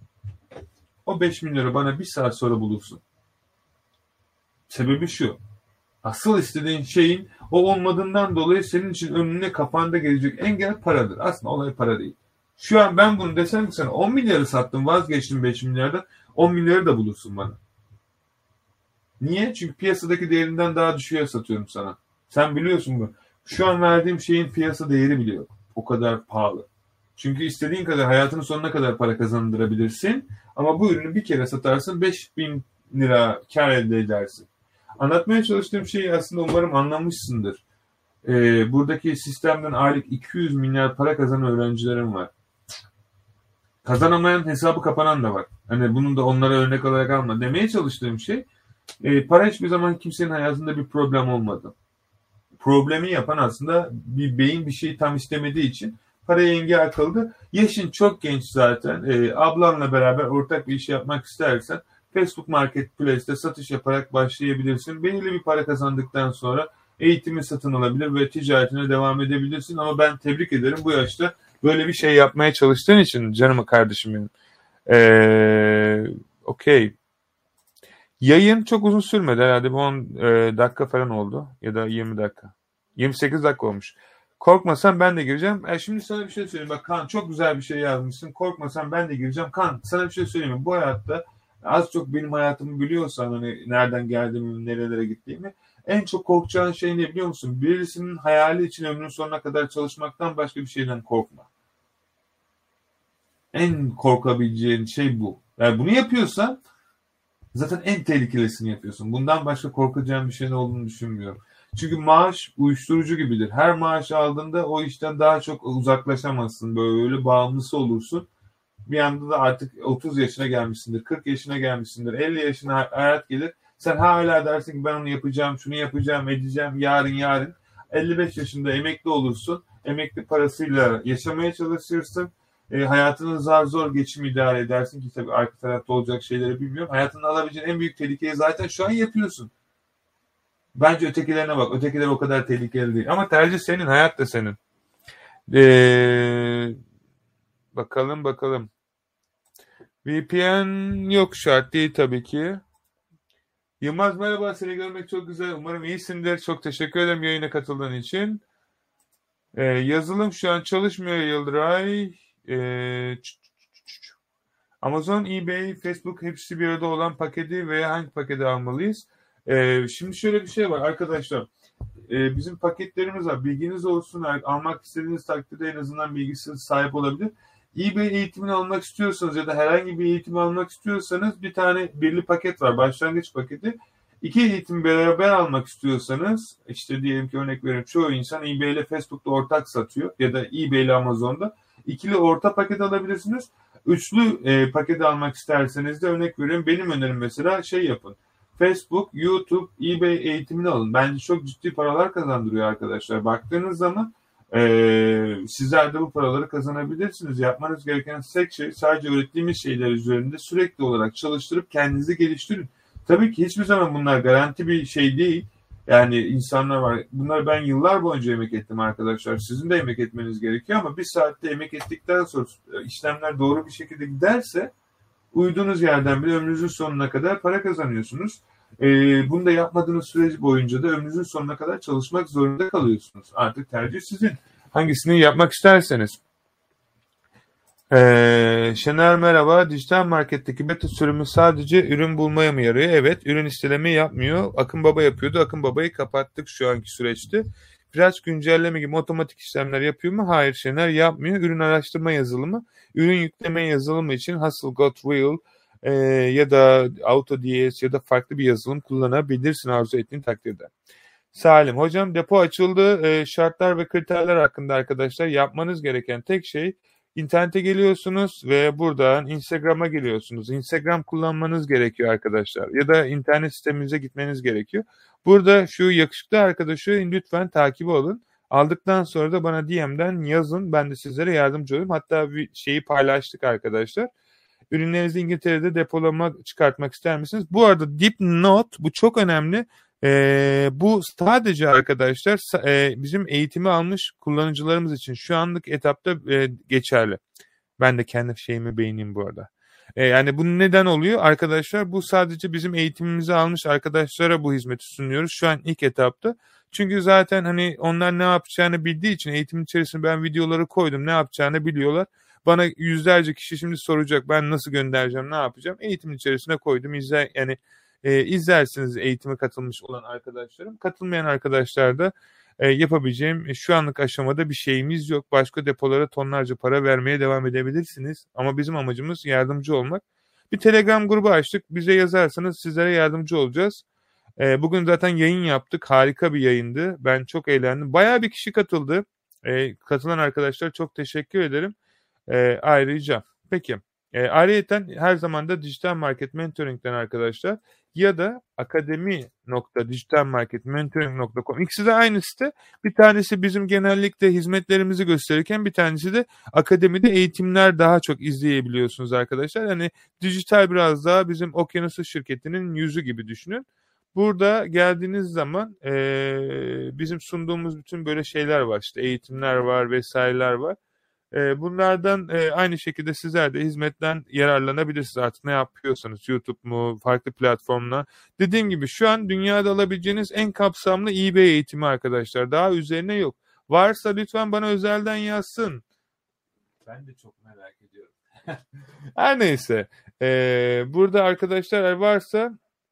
o 5 milyarı bana bir saat sonra bulursun. Sebebi şu: asıl istediğin şeyin o olmadığından dolayı senin için önüne kafanda gelecek engel paradır. Aslında olay para değil. Şu an ben bunu desem ki sana 10 milyarı sattım, vazgeçtim 5 milyardan, 10 milyarı da bulursun bana. Niye? Çünkü piyasadaki değerinden daha düşüğe satıyorum sana. Sen biliyorsun bu. Şu an verdiğim şeyin piyasa değeri bile yok. O kadar pahalı. Çünkü istediğin kadar hayatının sonuna kadar para kazandırabilirsin. Ama bu ürünü bir kere satarsın, 5.000 lira kar elde edersin. Anlatmaya çalıştığım şeyi aslında umarım anlamışsındır. Buradaki sistemden aylık 200 milyar para kazanan öğrencilerim var. Kazanamayan, hesabı kapanan da var. Hani bunu da onlara örnek olarak alma. Demeye çalıştığım şey, para hiçbir zaman kimsenin hayatında bir problem olmadı. Problemi yapan aslında bir beyin bir şeyi tam istemediği için paraya engel kaldı. Yaşın çok genç zaten. Ablanla beraber ortak bir iş yapmak istersen Facebook Marketplace'te satış yaparak başlayabilirsin. Belirli bir para kazandıktan sonra eğitimi satın alabilir ve ticaretine devam edebilirsin. Ama ben tebrik ederim bu yaşta böyle bir şey yapmaya çalıştığın için canım kardeşim benim. Okey. Yayın çok uzun sürmedi herhalde. 10 dakika falan oldu. Ya da 20 dakika. 28 dakika olmuş. Korkmasan ben de gireceğim. Şimdi sana bir şey söyleyeyim. Bak Kaan, çok güzel bir şey yazmışsın. Korkmasan ben de gireceğim. Kaan, sana bir şey söyleyeyim mi? Bu hayatta az çok benim hayatımı biliyorsan, hani nereden geldiğimi, nerelere gittiğimi, en çok korkacağın şey ne biliyor musun? Birisinin hayali için ömrünün sonuna kadar çalışmaktan başka bir şeyden korkma. En korkabileceğin şey bu. Yani bunu yapıyorsan zaten en tehlikelisini yapıyorsun. Bundan başka korkacağın bir şeyin olduğunu düşünmüyorum. Çünkü maaş uyuşturucu gibidir. Her maaş aldığında o işten daha çok uzaklaşamazsın. Böyle bağımlısı olursun. Bir anda da artık 30 yaşına gelmişsindir, 40 yaşına gelmişsindir, 50 yaşına hayat gelir. Sen hala dersin ki ben onu yapacağım, şunu yapacağım, edeceğim, yarın. 55 yaşında emekli olursun. Emekli parasıyla yaşamaya çalışırsın. Hayatını zor geçim idare edersin ki tabii arka tarafta olacak şeyleri bilmiyorum. Hayatını alabileceğin en büyük tehlikeyi zaten şu an yapıyorsun. Bence ötekilerine bak. Ötekiler o kadar tehlikeli değil. Ama tercih senin, hayat da senin. Bakalım. VPN yok, şart değil tabii ki. Yılmaz merhaba, seni görmek çok güzel. Umarım iyisindir. Çok teşekkür ederim yayına katıldığın için. Yazılım şu an çalışmıyor Yıldıray. Amazon, eBay, Facebook hepsi bir arada olan paketi veya hangi paketi almalıyız? Şimdi şöyle bir şey var arkadaşlar. Bizim paketlerimiz var. Bilginiz olsun. Almak istediğiniz takdirde en azından bilgisi sahip olabilir. eBay eğitimini almak istiyorsanız ya da herhangi bir eğitim almak istiyorsanız bir tane birli paket var. Başlangıç paketi. İki eğitim beraber almak istiyorsanız işte diyelim ki örnek veriyorum çoğu insan eBay ile Facebook'ta ortak satıyor ya da eBay ile Amazon'da. İkili orta paket alabilirsiniz. Üçlü paket almak isterseniz de örnek veriyorum benim önerim mesela şey yapın. Facebook, YouTube, eBay eğitimini alın. Bence çok ciddi paralar kazandırıyor arkadaşlar. Baktığınız zaman sizler de bu paraları kazanabilirsiniz. Yapmanız gereken tek şey sadece öğrettiğimiz şeyler üzerinde sürekli olarak çalıştırıp kendinizi geliştirin. Tabii ki hiçbir zaman bunlar garanti bir şey değil. Yani insanlar var. Bunlar ben yıllar boyunca emek ettim arkadaşlar. Sizin de emek etmeniz gerekiyor ama bir saatte emek ettikten sonra işlemler doğru bir şekilde giderse uyduğunuz yerden bile ömrünüzün sonuna kadar para kazanıyorsunuz. Bunu da yapmadığınız süreci boyunca da ömrünüzün sonuna kadar çalışmak zorunda kalıyorsunuz. Artık tercih sizin. Hangisini yapmak isterseniz. Şener merhaba. Dijital marketteki beta sürümü sadece ürün bulmaya mı yarıyor? Evet. Ürün isteleme yapmıyor. Akın Baba yapıyordu. Akın Baba'yı kapattık şu anki süreçte. Biraz güncelleme gibi otomatik işlemler yapıyor mu? Hayır Şener yapmıyor. Ürün araştırma yazılımı. Ürün yükleme yazılımı için Hustle Wheel ya da AutoDS ya da farklı bir yazılım kullanabilirsin arzu ettiğin takdirde. Salim hocam depo açıldı. Şartlar ve kriterler hakkında arkadaşlar yapmanız gereken tek şey İnternete geliyorsunuz ve buradan Instagram'a geliyorsunuz. Instagram kullanmanız gerekiyor arkadaşlar. Ya da internet sitemize gitmeniz gerekiyor. Burada şu yakışıklı arkadaşı lütfen takip alın. Aldıktan sonra da bana DM'den yazın. Ben de sizlere yardımcı olayım. Hatta bir şeyi paylaştık arkadaşlar. Ürünlerinizi İngiltere'de depolama çıkartmak ister misiniz? Bu arada dipnot bu çok önemli. Bu sadece arkadaşlar bizim eğitimi almış kullanıcılarımız için şu anlık etapta geçerli. Ben de kendi şeyimi beğeneyim bu arada. Yani bu neden oluyor? Arkadaşlar bu sadece bizim eğitimimizi almış arkadaşlara bu hizmeti sunuyoruz şu an ilk etapta. Çünkü zaten hani onlar ne yapacağını bildiği için eğitim içerisinde ben videoları koydum ne yapacağını biliyorlar. Bana yüzlerce kişi şimdi soracak ben nasıl göndereceğim ne yapacağım. Eğitim içerisine koydum izlersiniz eğitime katılmış olan arkadaşlarım. Katılmayan arkadaşlar da yapabileceğim şu anlık aşamada bir şeyimiz yok. Başka depolara tonlarca para vermeye devam edebilirsiniz. Ama bizim amacımız yardımcı olmak. Bir Telegram grubu açtık. Bize yazarsanız sizlere yardımcı olacağız. Bugün zaten yayın yaptık. Harika bir yayındı. Ben çok eğlendim. Bayağı bir kişi katıldı. Katılan arkadaşlar çok teşekkür ederim. Ayrıca. Peki. Ayrıyeten her zaman da Dijital Market Mentoring'den arkadaşlar ya da akademi.dijitalmarketmentoring.com ikisi de aynı site. Bir tanesi bizim genellikle hizmetlerimizi gösterirken bir tanesi de akademide eğitimler daha çok izleyebiliyorsunuz arkadaşlar. Hani dijital biraz daha bizim Okyanusu şirketinin yüzü gibi düşünün. Burada geldiğiniz zaman bizim sunduğumuz bütün böyle şeyler var. İşte eğitimler var vesaireler var. Bunlardan aynı şekilde sizler de hizmetten yararlanabilirsiniz artık ne yapıyorsanız YouTube mu farklı platformlar. Dediğim gibi şu an dünyada alabileceğiniz en kapsamlı eBay eğitimi arkadaşlar. Daha üzerine yok. Varsa lütfen bana özelden yazsın. Ben de çok merak ediyorum. Her neyse. Burada arkadaşlar varsa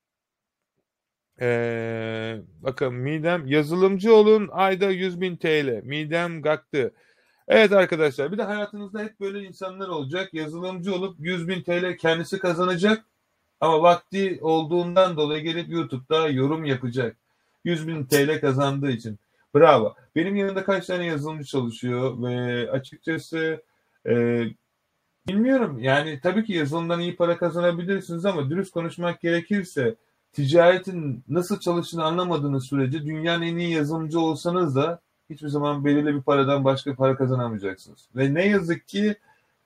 bakalım midem yazılımcı olun ayda 100.000 TL. Midem gaktı. Evet arkadaşlar bir de hayatınızda hep böyle insanlar olacak. Yazılımcı olup 100.000 TL kendisi kazanacak ama vakti olduğundan dolayı gelip YouTube'da yorum yapacak. 100.000 TL kazandığı için. Bravo. Benim yanımda kaç tane yazılımcı çalışıyor ve açıkçası bilmiyorum. Yani tabii ki yazılımdan iyi para kazanabilirsiniz ama dürüst konuşmak gerekirse ticaretin nasıl çalıştığını anlamadığınız sürece dünyanın en iyi yazılımcı olsanız da hiçbir zaman belirli bir paradan başka para kazanamayacaksınız. Ve ne yazık ki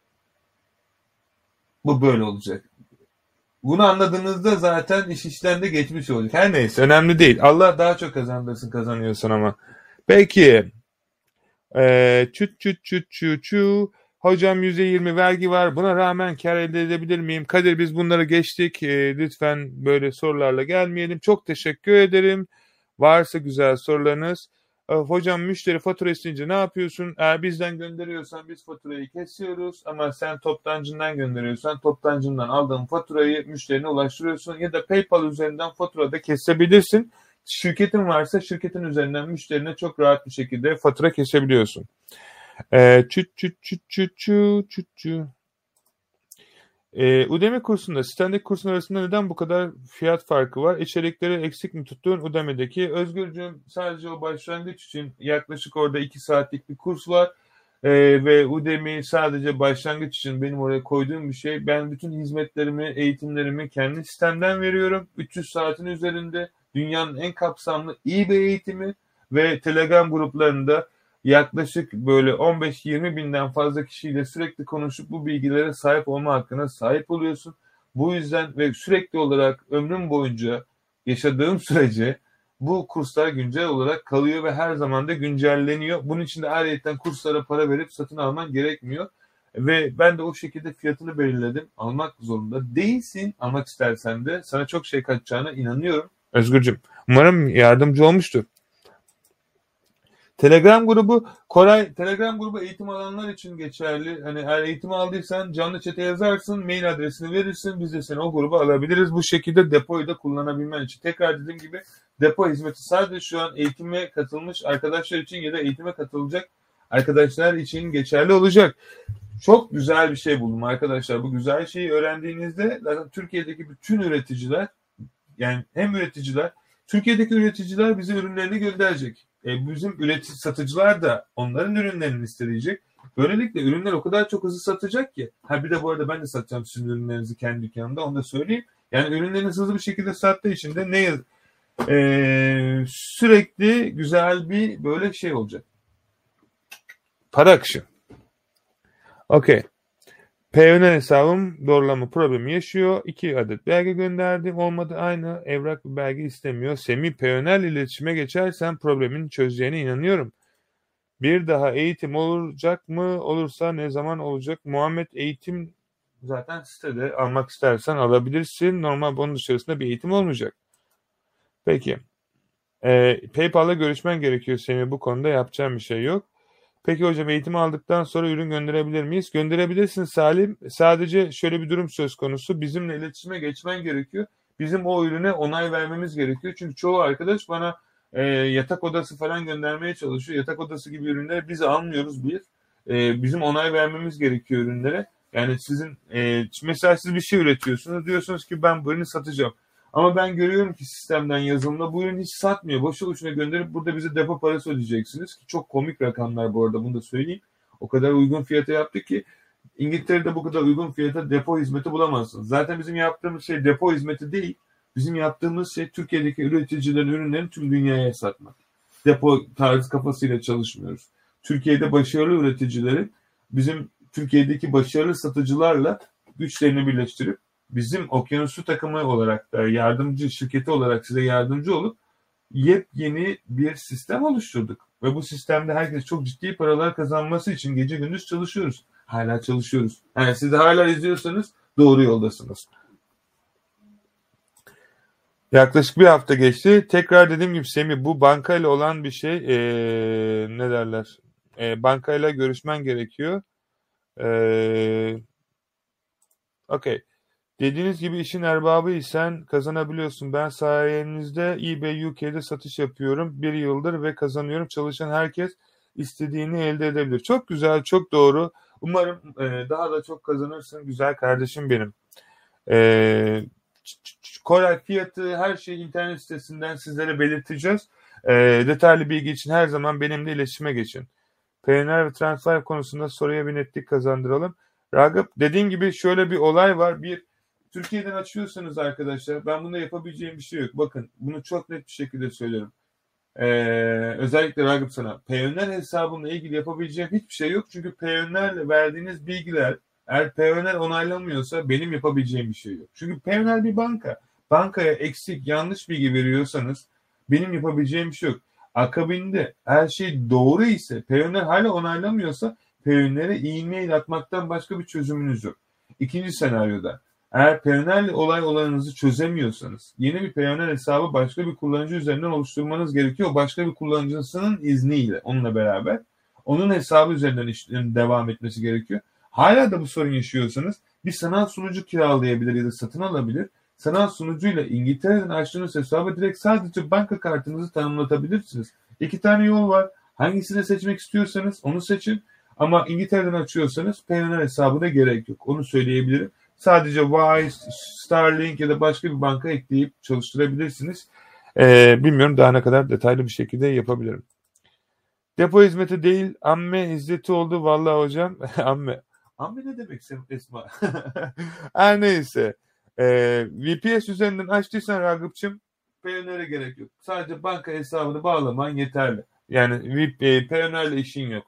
bu böyle olacak. Bunu anladığınızda zaten iş işten de geçmiş olacak. Her neyse önemli değil. Allah daha çok kazandırsın kazanıyorsun ama. Peki. Çüt çüt çüt çü çü. Hocam %20 vergi var. Buna rağmen kar elde edebilir miyim? Kadir biz bunları geçtik. Lütfen böyle sorularla gelmeyelim. Çok teşekkür ederim. Varsa güzel sorularınız. Hocam müşteri fatura isteyince ne yapıyorsun? Eğer bizden gönderiyorsan biz faturayı kesiyoruz. Ama sen toptancından gönderiyorsan toptancından aldığın faturayı müşterine ulaştırıyorsun. Ya da PayPal üzerinden fatura da kesebilirsin. Şirketin varsa şirketin üzerinden müşterine çok rahat bir şekilde fatura kesebiliyorsun. Çüt çüt çüt çüt çüt çüt çüt. Udemy kursunda, Standard kursun arasında neden bu kadar fiyat farkı var? İçerikleri eksik mi tuttuğun Udemy'deki? Özgürcüğüm sadece o başlangıç için yaklaşık orada 2 saatlik bir kurs var. Ve Udemy sadece başlangıç için benim oraya koyduğum bir şey. Ben bütün hizmetlerimi, eğitimlerimi kendi sistemden veriyorum. 300 saatin üzerinde dünyanın en kapsamlı iyi bir eğitimi ve Telegram gruplarında yaklaşık böyle 15-20 binden fazla kişiyle sürekli konuşup bu bilgilere sahip olma hakkına sahip oluyorsun. Bu yüzden ve sürekli olarak ömrüm boyunca yaşadığım sürece bu kurslar güncel olarak kalıyor ve her zaman da güncelleniyor. Bunun için de ayrıyeten kurslara para verip satın alman gerekmiyor. Ve ben de o şekilde fiyatını belirledim. Almak zorunda değilsin. Almak istersen de sana çok şey katacağına inanıyorum. Özgürcüm, umarım yardımcı olmuştur. Telegram grubu Koray, Telegram grubu eğitim alanlar için geçerli. Hani eğer eğitimi aldıysan canlı chat'e yazarsın, mail adresini verirsin, biz de seni o gruba alabiliriz. Bu şekilde depoyu da kullanabilmen için. Tekrar dediğim gibi depo hizmeti sadece şu an eğitime katılmış arkadaşlar için ya da eğitime katılacak arkadaşlar için geçerli olacak. Çok güzel bir şey buldum arkadaşlar. Bu güzel şeyi öğrendiğinizde zaten Türkiye'deki bütün üreticiler, yani hem üreticiler, Türkiye'deki üreticiler bize ürünlerini gönderecek. Bizim üretici satıcılar da onların ürünlerini isteyecek. Böylelikle ürünler o kadar çok hızlı satacak ki. Ha bir de bu arada ben de satacağım sizin ürünlerinizi kendi dükkanımda, onu da söyleyeyim. Yani ürünleriniz hızlı bir şekilde sattığı için de sürekli güzel bir böyle şey olacak. Para akışı. Okey. Payoneer hesabım doğrulama problemi yaşıyor. 2 adet belge gönderdim. Olmadı, aynı evrak bir belge istemiyor. Semih, Payoneer iletişime geçersen problemin çözeceğine inanıyorum. Bir daha eğitim olacak mı? Olursa ne zaman olacak? Muhammed, eğitim zaten sitede, almak istersen alabilirsin. Normal bunun dışarısında bir eğitim olmayacak. Peki. PayPal'la görüşmen gerekiyor Semih, bu konuda yapacağım bir şey yok. Peki hocam eğitimi aldıktan sonra ürün gönderebilir miyiz? Gönderebilirsin Salim. Sadece şöyle bir durum söz konusu. Bizimle iletişime geçmen gerekiyor. Bizim o ürüne onay vermemiz gerekiyor. Çünkü çoğu arkadaş bana yatak odası falan göndermeye çalışıyor. Yatak odası gibi ürünleri biz almıyoruz biz. Bizim onay vermemiz gerekiyor ürünlere. Yani sizin mesela siz bir şey üretiyorsunuz. Diyorsunuz ki ben bu ürünü satacağım. Ama ben görüyorum ki sistemden yazılımda bu ürün hiç satmıyor. Boşu boşuna gönderip burada bize depo parası ödeyeceksiniz. Ki çok komik rakamlar bu arada, bunu da söyleyeyim. O kadar uygun fiyata yaptık ki İngiltere'de bu kadar uygun fiyata depo hizmeti bulamazsınız. Zaten bizim yaptığımız şey depo hizmeti değil. Bizim yaptığımız şey Türkiye'deki üreticilerin ürünlerini tüm dünyaya satmak. Depo tarzı kafasıyla çalışmıyoruz. Türkiye'de başarılı üreticilerin bizim Türkiye'deki başarılı satıcılarla güçlerini birleştirip bizim Okyanuslu takımı olarak da yardımcı şirketi olarak size yardımcı olup yepyeni bir sistem oluşturduk. Ve bu sistemde herkes çok ciddi paralar kazanması için gece gündüz çalışıyoruz. Hala çalışıyoruz. Yani siz de hala izliyorsanız doğru yoldasınız. Yaklaşık bir hafta geçti. Tekrar dediğim gibi Semih, bu bankayla olan bir şey, ne derler? Bankayla görüşmen gerekiyor. Okey. Dediğiniz gibi işin erbabıysan kazanabiliyorsun. Ben sayenizde eBay UK'de satış yapıyorum 1 yıldır ve kazanıyorum. Çalışan herkes istediğini elde edebilir. Çok güzel, çok doğru. Umarım daha da çok kazanırsın güzel kardeşim benim. Koray, fiyatı, her şeyi internet sitesinden sizlere belirteceğiz. Detaylı bilgi için her zaman benimle iletişime geçin. Payoneer ve Transfer konusunda soruya bir netlik kazandıralım. Ragıp, dediğim gibi şöyle bir olay var. Türkiye'den açıyorsanız arkadaşlar, ben bunda yapabileceğim bir şey yok. Bakın, bunu çok net bir şekilde söylüyorum. Özellikle Ragıp sana. Payoneer hesabımla ilgili yapabileceğim hiçbir şey yok. Çünkü Payoneer'le verdiğiniz bilgiler, eğer Payoneer onaylamıyorsa benim yapabileceğim bir şey yok. Çünkü Payoneer bir banka. Bankaya eksik, yanlış bilgi veriyorsanız benim yapabileceğim bir şey yok. Akabinde her şey doğru ise, Payoneer hala onaylamıyorsa Payoneer'e e-mail atmaktan başka bir çözümünüz yok. İkinci senaryoda eğer Payoneer'le olay olanınızı çözemiyorsanız yeni bir Payoneer hesabı başka bir kullanıcı üzerinden oluşturmanız gerekiyor. Başka bir kullanıcısının izniyle onunla beraber onun hesabı üzerinden işlerin devam etmesi gerekiyor. Hala da bu sorun yaşıyorsanız bir sanal sunucu kiralayabilir ya da satın alabilir. Sanal sunucuyla İngiltere'den açtığınız hesabı direkt sadece banka kartınızı tanımlatabilirsiniz. İki tane yol var. Hangisini seçmek istiyorsanız onu seçin. Ama İngiltere'den açıyorsanız Payoneer hesabı da gerek yok. Onu söyleyebilirim. Sadece Wise, Starlink ya da başka bir banka ekleyip çalıştırabilirsiniz. Bilmiyorum daha ne kadar detaylı bir şekilde yapabilirim. Depo hizmeti değil, amme hizmeti oldu vallahi hocam. Amme. Amme ne demek Esma? Her neyse. VPS üzerinden açtıysan Ragıp'cığım Payoneer'e gerek yok. Sadece banka hesabını bağlaman yeterli. Yani Payoneer'le işin yok.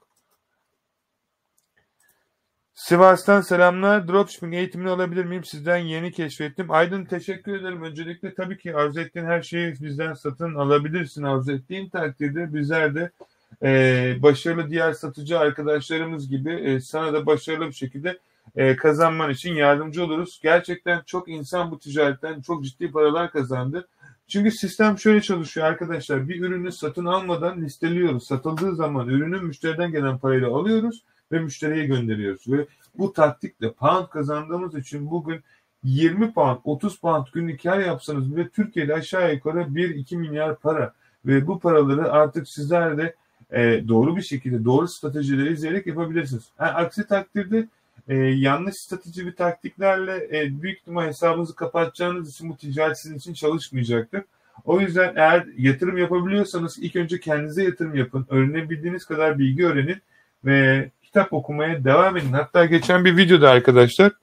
Sivas'tan selamlar. Dropshipping eğitimini alabilir miyim? Sizden yeni keşfettim. Aydın teşekkür ederim. Öncelikle tabii ki arzu ettiğin her şeyi bizden satın alabilirsin. Arzu ettiğin takdirde bizler de başarılı diğer satıcı arkadaşlarımız gibi sana da başarılı bir şekilde kazanman için yardımcı oluruz. Gerçekten çok insan bu ticaretten çok ciddi paralar kazandı. Çünkü sistem şöyle çalışıyor arkadaşlar. Bir ürünü satın almadan listeliyoruz. Satıldığı zaman ürünü müşteriden gelen parayla alıyoruz ve müşteriye gönderiyoruz. Ve bu taktikle pound kazandığımız için bugün 20 pound, 30 pound günlük kar yapsanız bile Türkiye'de aşağı yukarı 1-2 milyar para. Ve bu paraları artık sizler de doğru bir şekilde doğru stratejileri izleyerek yapabilirsiniz. Aksi takdirde yanlış strateji ve taktiklerle büyük ihtimal hesabınızı kapatacağınız için bu ticaret sizin için çalışmayacaktır. O yüzden eğer yatırım yapabiliyorsanız ilk önce kendinize yatırım yapın. Öğrenebildiğiniz kadar bilgi öğrenin ve kitap okumaya devam edin. Hatta geçen bir videoda arkadaşlar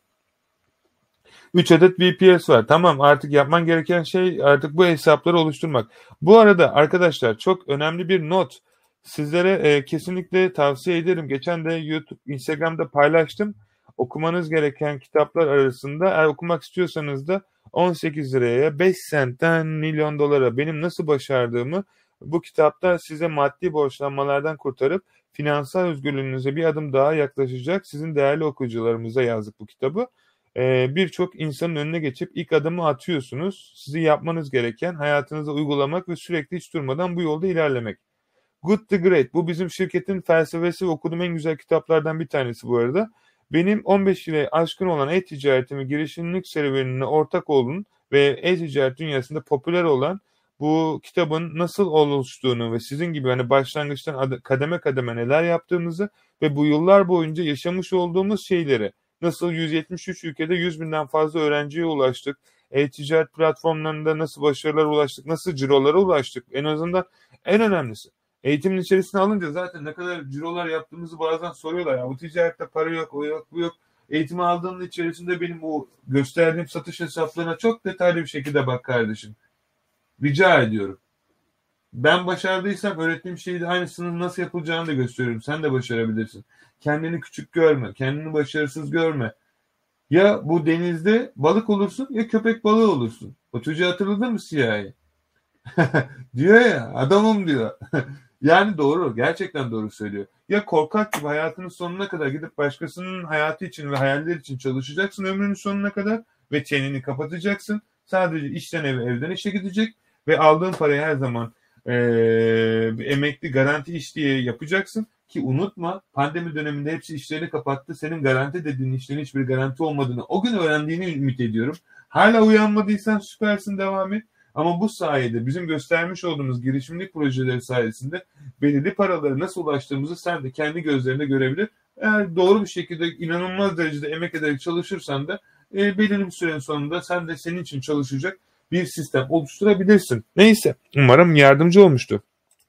3 adet VPS var. Tamam artık yapman gereken şey artık bu hesapları oluşturmak. Bu arada arkadaşlar çok önemli bir not. Sizlere kesinlikle tavsiye ederim. Geçen de YouTube, Instagram'da paylaştım. Okumanız gereken kitaplar arasında eğer okumak istiyorsanız da 18 liraya 5 sentten milyon dolara benim nasıl başardığımı bu kitapta size maddi borçlanmalardan kurtarıp finansal özgürlüğünüze bir adım daha yaklaşacak sizin değerli okuyucularımıza yazdık bu kitabı. Birçok insanın önüne geçip ilk adımı atıyorsunuz. Sizi yapmanız gereken hayatınıza uygulamak ve sürekli hiç durmadan bu yolda ilerlemek. Good to Great. Bu bizim şirketin felsefesi ve okuduğum en güzel kitaplardan bir tanesi bu arada. Benim 15 yılı aşkın olan e-ticaretimi girişimcilik serüvenine ortak olun ve e-ticaret dünyasında popüler olan bu kitabın nasıl oluştuğunu ve sizin gibi hani başlangıçtan kademe kademe neler yaptığımızı ve bu yıllar boyunca yaşamış olduğumuz şeyleri nasıl 173 ülkede 100 binden fazla öğrenciye ulaştık, e-ticaret platformlarında nasıl başarılara ulaştık, nasıl cirolara ulaştık en azından en önemlisi. Eğitimin içerisine alınca zaten ne kadar cirolar yaptığımızı bazen soruyorlar. Ya bu ticarette para yok, o yok, bu yok. Eğitimi aldığının içerisinde benim o gösterdiğim satış hesaplarına çok detaylı bir şekilde bak kardeşim. Rica ediyorum. Ben başardıysam öğrettiğim şeyi de aynısının nasıl yapılacağını da gösteriyorum. Sen de başarabilirsin. Kendini küçük görme, kendini başarısız görme. Ya bu denizde balık olursun ya köpek balığı olursun. O çocuğu hatırladın mı Siyah'ı? Diyor ya adamım diyor. Yani doğru. Gerçekten doğru söylüyor. Ya korkak gibi hayatının sonuna kadar gidip başkasının hayatı için ve hayaller için çalışacaksın ömrünün sonuna kadar ve çeneni kapatacaksın. Sadece işten eve, evden işe gidecek ve aldığın parayı her zaman emekli garanti iş diye yapacaksın. Ki unutma pandemi döneminde hepsi işlerini kapattı. Senin garanti dediğin işlerin hiçbir garanti olmadığını o gün öğrendiğini ümit ediyorum. Hala uyanmadıysan süpersin devam et. Ama bu sayede bizim göstermiş olduğumuz girişimcilik projeleri sayesinde belirli paralara nasıl ulaştığımızı sen de kendi gözlerinde görebilir. Eğer doğru bir şekilde inanılmaz derecede emek ederek çalışırsan da belirli bir sürenin sonunda sen de senin için çalışacak bir sistem oluşturabilirsin. Neyse umarım yardımcı olmuştu.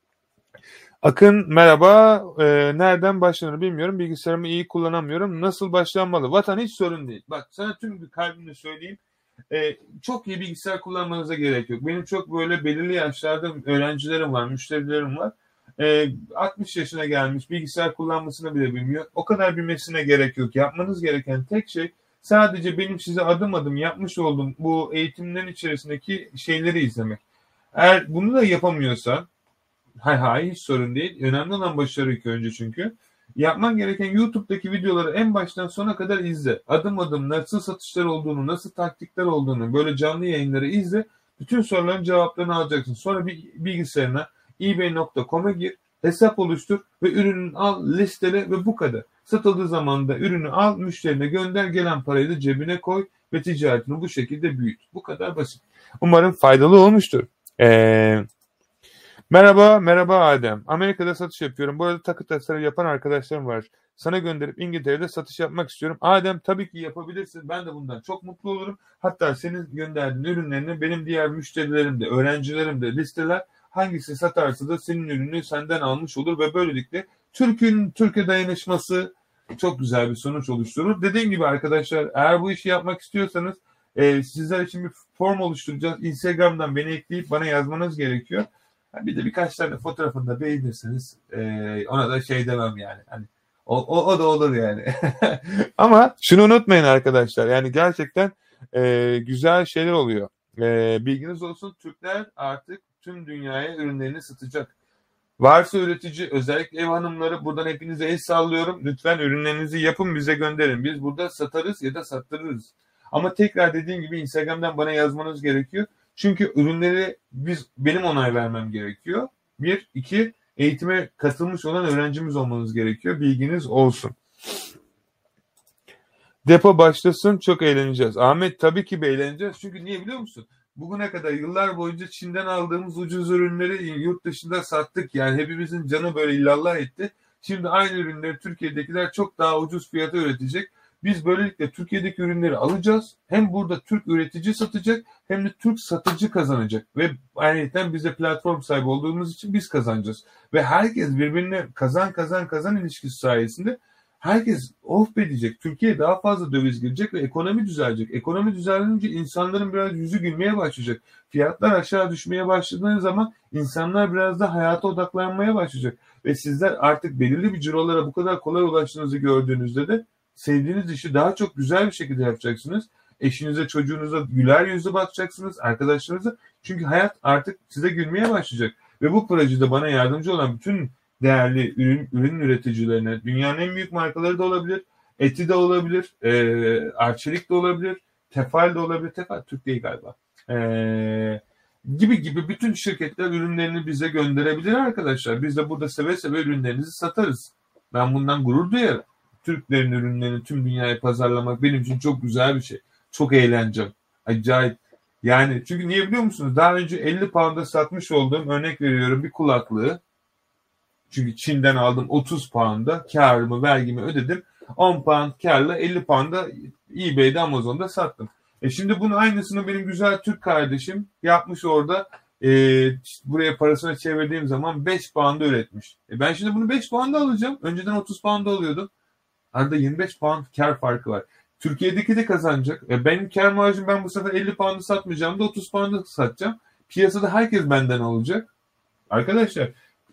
Akın merhaba. Nereden başlanır bilmiyorum. Bilgisayarımı iyi kullanamıyorum. Nasıl başlanmalı? Vatan hiç sorun değil. Bak sana tüm bir kalbimle söyleyeyim. Çok iyi bilgisayar kullanmanıza gerek yok. Benim çok böyle belirli yaşlarda öğrencilerim var, müşterilerim var. 60 yaşına gelmiş bilgisayar kullanmasını bile bilmiyor. O kadar bilmesine gerek yok. Yapmanız gereken tek şey sadece benim size adım adım yapmış olduğum bu eğitimlerin içerisindeki şeyleri izlemek. Eğer bunu da yapamıyorsan hay hay hiç sorun değil. Önemli olan başarı ilk önce çünkü. Yapman gereken YouTube'daki videoları en baştan sona kadar izle. Adım adım nasıl satışlar olduğunu, nasıl taktikler olduğunu, böyle canlı yayınları izle. Bütün soruların cevaplarını alacaksın. Sonra bir bilgisayarına ebay.com'a gir, hesap oluştur ve ürünün al, listele ve bu kadar. Satıldığı zaman da ürünü al, müşterine gönder, gelen parayı da cebine koy ve ticaretini bu şekilde büyüt. Bu kadar basit. Umarım faydalı olmuştur. Merhaba Adem. Amerika'da satış yapıyorum. Bu arada takı tasarım yapan arkadaşlarım var. Sana gönderip İngiltere'de satış yapmak istiyorum. Adem, tabii ki yapabilirsin. Ben de bundan çok mutlu olurum. Hatta senin gönderdiğin ürünlerini benim diğer müşterilerim de, öğrencilerim de listeler. Hangisi satarsa da senin ürünü senden almış olur ve böylelikle Türkiye dayanışması çok güzel bir sonuç oluşturur. Dediğim gibi arkadaşlar, eğer bu işi yapmak istiyorsanız sizler için bir form oluşturacağız. Instagram'dan beni ekleyip bana yazmanız gerekiyor. Bir de birkaç tane fotoğrafını da beğenirseniz ona da şey demem yani. Hani o da olur yani. Ama şunu unutmayın arkadaşlar. Yani gerçekten güzel şeyler oluyor. Bilginiz olsun, Türkler artık tüm dünyaya ürünlerini satacak. Varsa üretici, özellikle ev hanımları, buradan hepinize el sallıyorum. Lütfen ürünlerinizi yapın, bize gönderin. Biz burada satarız ya da sattırırız. Ama tekrar dediğim gibi Instagram'dan bana yazmanız gerekiyor. Çünkü ürünleri benim onay vermem gerekiyor. Bir, iki, eğitime katılmış olan öğrencimiz olmanız gerekiyor. Bilginiz olsun. Depo başlasın, çok eğleneceğiz. Ahmet, tabii ki eğleneceğiz. Çünkü niye biliyor musun? Bugüne kadar yıllar boyunca Çin'den aldığımız ucuz ürünleri yurt dışında sattık. Yani hepimizin canı böyle illallah etti. Şimdi aynı ürünleri Türkiye'dekiler çok daha ucuz fiyata üretecek. Biz böylelikle Türkiye'deki ürünleri alacağız. Hem burada Türk üretici satacak hem de Türk satıcı kazanacak. Ve ayrıca biz de platform sahibi olduğumuz için biz kazanacağız. Ve herkes birbirine kazan ilişkisi sayesinde herkes edecek. Türkiye'ye daha fazla döviz girecek ve ekonomi düzelecek. Ekonomi düzelince insanların biraz yüzü gülmeye başlayacak. Fiyatlar aşağı düşmeye başladığı zaman insanlar biraz da hayata odaklanmaya başlayacak. Ve sizler artık belirli bir cirolara bu kadar kolay ulaştığınızı gördüğünüzde de sevdiğiniz işi daha çok güzel bir şekilde yapacaksınız. Eşinize, çocuğunuza güler yüzlü bakacaksınız, arkadaşlarınıza. Çünkü hayat artık size gülmeye başlayacak. Ve bu projede bana yardımcı olan bütün değerli ürün üreticilerine, dünyanın en büyük markaları da olabilir, Eti de olabilir, Arçelik de olabilir, Tefal de olabilir, Tefal Türk değil galiba, gibi bütün şirketler ürünlerini bize gönderebilir arkadaşlar. Biz de burada seve seve ürünlerinizi satarız. Ben bundan gurur duyarım. Türklerin ürünlerini tüm dünyaya pazarlamak benim için çok güzel bir şey. Çok eğleneceğim. Acayip. Yani çünkü niye biliyor musunuz? Daha önce 50 pound'a satmış olduğum, örnek veriyorum, bir kulaklığı, çünkü Çin'den aldım 30 pound'a, karımı, vergimi ödedim. 10 pound karla 50 pound'a eBay'de, Amazon'da sattım. Şimdi bunun aynısını benim güzel Türk kardeşim yapmış orada. Buraya parasını çevirdiğim zaman 5 pound'a üretmiş. Ben şimdi bunu 5 pound'a alacağım. Önceden 30 pound'a alıyordum. Arada 25 pound kar farkı var. Türkiye'deki de kazanacak. Benim kar marjım, ben bu sefer 50 pound'ı satmayacağım da 30 pound'ı satacağım. Piyasada herkes benden alacak. Arkadaşlar,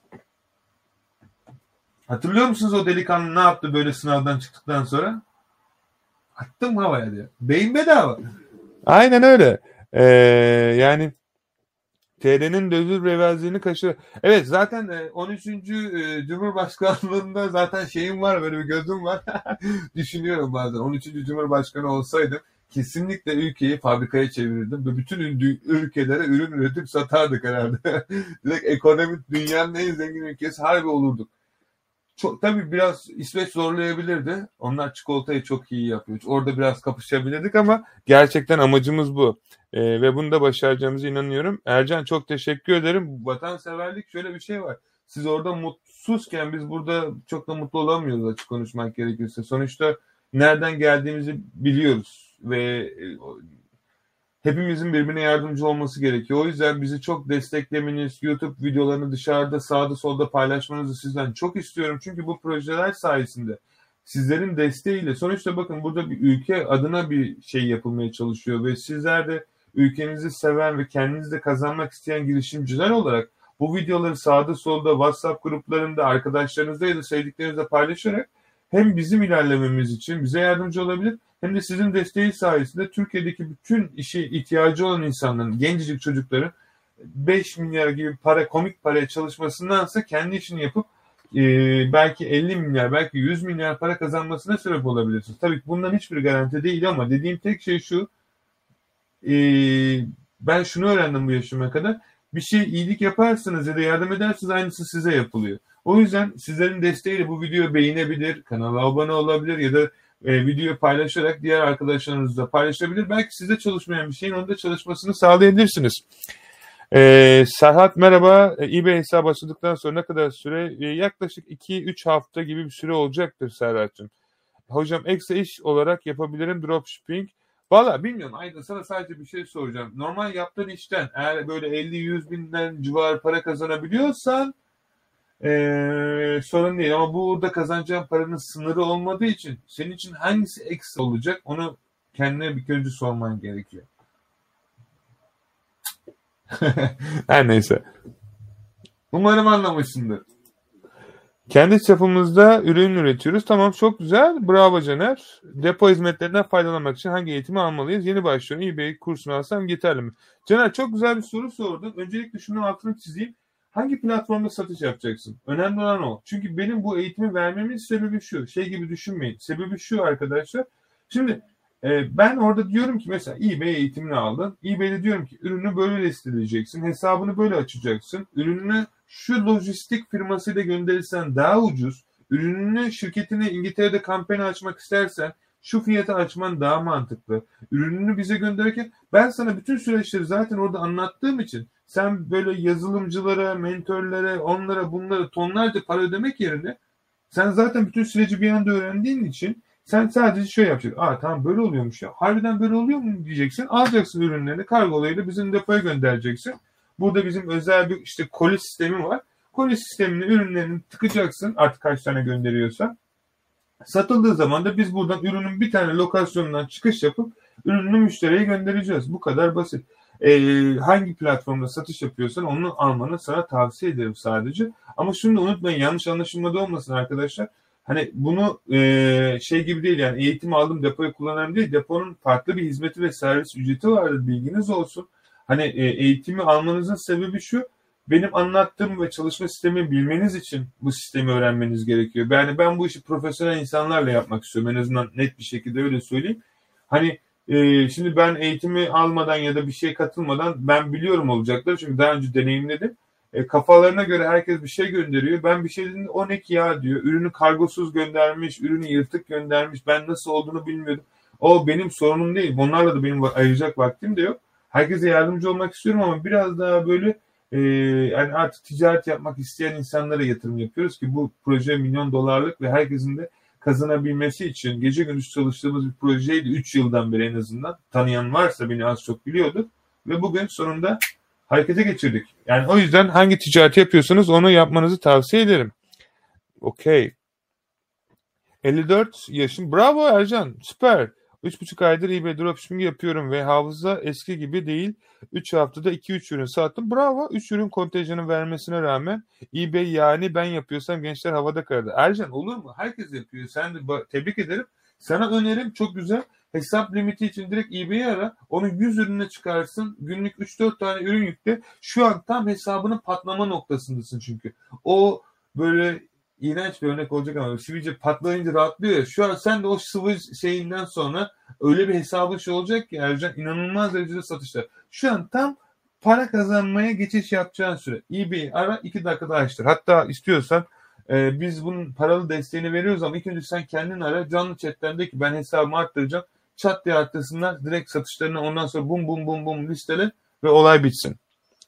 hatırlıyor musunuz o delikanlı ne yaptı böyle sınavdan çıktıktan sonra? Attım havaya diyor. Beyin bedava. Aynen öyle. Yani TL'nin döviz revezliğini kaçırıyor. Evet, zaten 13. Cumhurbaşkanlığında zaten şeyim var, böyle bir gözüm var. Düşünüyorum bazen 13. Cumhurbaşkanı olsaydım kesinlikle ülkeyi fabrikaya çevirirdim ve bütün ülkelere ürün üretip satardık herhalde. Ekonomi dünyanın en zengin ülkesi harbi olurduk. Çok, tabii biraz İsveç zorlayabilirdi. Onlar çikolatayı çok iyi yapıyor. Orada biraz kapışabilirdik ama gerçekten amacımız bu. Ve bunu da başaracağımıza inanıyorum. Ercan, çok teşekkür ederim. Vatanseverlik, şöyle bir şey var. Siz orada mutsuzken biz burada çok da mutlu olamıyoruz, açık konuşmak gerekirse. Sonuçta nereden geldiğimizi biliyoruz ve hepimizin birbirine yardımcı olması gerekiyor. O yüzden bizi çok desteklemeniz, YouTube videolarını dışarıda, sağda solda paylaşmanızı sizden çok istiyorum. Çünkü bu projeler sayesinde sizlerin desteğiyle, sonuçta bakın, burada bir ülke adına bir şey yapılmaya çalışıyor ve sizler de ülkenizi seven ve kendinizi de kazanmak isteyen girişimciler olarak bu videoları sağda solda, WhatsApp gruplarında, arkadaşlarınızla ya da sevdiklerinizle paylaşarak hem bizim ilerlememiz için bize yardımcı olabilir, hem de sizin desteği sayesinde Türkiye'deki bütün işe ihtiyacı olan insanların, gencecik çocukların 5 milyar gibi komik paraya çalışmasındansa kendi işini yapıp belki 50 milyar, belki 100 milyar para kazanmasına sebep olabilirsiniz. Tabii ki bundan hiçbir garanti değil ama dediğim tek şey şu, e, ben şunu öğrendim bu yaşıma kadar. Bir şey iyilik yaparsınız ya da yardım ederseniz aynısı size yapılıyor. O yüzden sizlerin desteğiyle bu videoyu beğenebilir, kanala abone olabilir ya da videoyu paylaşarak diğer arkadaşlarınızla paylaşabilir. Belki sizde çalışmayan bir şeyin onda çalışmasını sağlayabilirsiniz. Serhat merhaba. eBay hesabı açıldıktan sonra ne kadar süre? Yaklaşık 2-3 hafta gibi bir süre olacaktır Serhat'cığım. Hocam ekstra iş olarak yapabilirim dropshipping. Valla bilmiyorum Aydın, sana sadece bir şey soracağım. Normal yaptığın işten eğer böyle 50-100 binden civarı para kazanabiliyorsan sorun değil. Ama burada kazanacağın paranın sınırı olmadığı için senin için hangisi ekstra olacak onu kendine bir önce sorman gerekiyor. Her neyse. Umarım anlamışsındır. Kendi çapımızda ürün üretiyoruz. Tamam, çok güzel. Bravo Caner. Depo hizmetlerinden faydalanmak için hangi eğitimi almalıyız? Yeni başlıyorum. eBay kursunu alsam yeterli mi? Caner çok güzel bir soru sordun. Öncelikle şunun altını çizeyim. Hangi platformda satış yapacaksın? Önemli olan o. Çünkü benim bu eğitimi vermemin sebebi şu. Şey gibi düşünmeyin. Sebebi şu arkadaşlar. Şimdi ben orada diyorum ki mesela eBay eğitimini aldın. eBay'de diyorum ki ürünü böyle listeleyeceksin. Hesabını böyle açacaksın. Ürününü şu lojistik firmasıyla gönderirsen daha ucuz. Ürününü şirketine İngiltere'de kampanya açmak istersen şu fiyata açman daha mantıklı. Ürününü bize gönderirken ben sana bütün süreçleri zaten orada anlattığım için sen böyle yazılımcılara, mentörlere, onlara bunlara tonlarca para ödemek yerine sen zaten bütün süreci bir anda öğrendiğin için sen sadece şöyle yapacaksın. Tamam böyle oluyormuş ya. Harbiden böyle oluyor mu diyeceksin. Alacaksın ürünlerini kargolayla bizim depoya göndereceksin. Burada bizim özel bir işte koli sistemi var. Koli sistemine ürünlerini tıkacaksın artık kaç tane gönderiyorsan. Satıldığı zaman da biz buradan ürünün bir tane lokasyonundan çıkış yapıp ürünü müşteriye göndereceğiz. Bu kadar basit. Hangi platformda satış yapıyorsan onu almanı sana tavsiye ederim sadece. Ama şunu da unutmayın, yanlış anlaşılmada olmasın arkadaşlar. Hani bunu şey gibi değil, yani eğitim aldım depoyu kullanırım değil. Deponun farklı bir hizmeti ve servis ücreti vardır, bilginiz olsun. Hani eğitimi almanızın sebebi şu. Benim anlattığım ve çalışma sistemi bilmeniz için bu sistemi öğrenmeniz gerekiyor. Yani ben bu işi profesyonel insanlarla yapmak istiyorum. En azından net bir şekilde öyle söyleyeyim. Hani şimdi ben eğitimi almadan ya da bir şeye katılmadan ben biliyorum olacakları. Çünkü daha önce deneyimledim. Kafalarına göre herkes bir şey gönderiyor. Ben bir şey dediğimde o ne ki ya diyor. Ürünü kargosuz göndermiş, ürünü yırtık göndermiş. Ben nasıl olduğunu bilmiyordum. O benim sorunum değil. Bunlarla da benim ayıracak vaktim de yok. Herkese yardımcı olmak istiyorum ama biraz daha böyle yani artık ticaret yapmak isteyen insanlara yatırım yapıyoruz ki bu proje milyon dolarlık ve herkesin de kazanabilmesi için gece gündüz çalıştığımız bir projeydi. 3 yıldan beri en azından. Tanıyan varsa beni az çok biliyordu. Ve bugün sonunda harekete geçirdik. Yani o yüzden hangi ticareti yapıyorsanız onu yapmanızı tavsiye ederim. Okey. 54 yaşım. Bravo Ercan. Süper. 3,5 aydır eBay dropshipping yapıyorum ve hafıza eski gibi değil. 3 haftada 2-3 ürün sattım. Bravo. 3 ürün kontenjanı vermesine rağmen eBay, yani ben yapıyorsam gençler havada kaldı. Ercan olur mu? Herkes yapıyor. Sen de tebrik ederim. Sana önerim çok güzel. Hesap limiti için direkt eBay'i ara. Onu 100 ürüne çıkarsın. Günlük 3-4 tane ürün yükle. Şu an tam hesabının patlama noktasındasın çünkü. O böyle iğrenç bir örnek olacak ama sivilce patlayınca rahatlıyor ya. Şu an sen de o sıvı şeyinden sonra öyle bir hesabın şey olacak ki Ercan, inanılmaz derecede satışlar. Şu an tam para kazanmaya geçiş yapacağın süre. eBay'i ara, 2 dakikada açtır. Hatta istiyorsan biz bunun paralı desteğini veriyoruz ama ilk önce sen kendin ara. Canlı chatten de ki ben hesabımı arttıracağım. Çat diye arttırsınlar. Direkt satışlarını ondan sonra bum bum bum bum listele ve olay bitsin.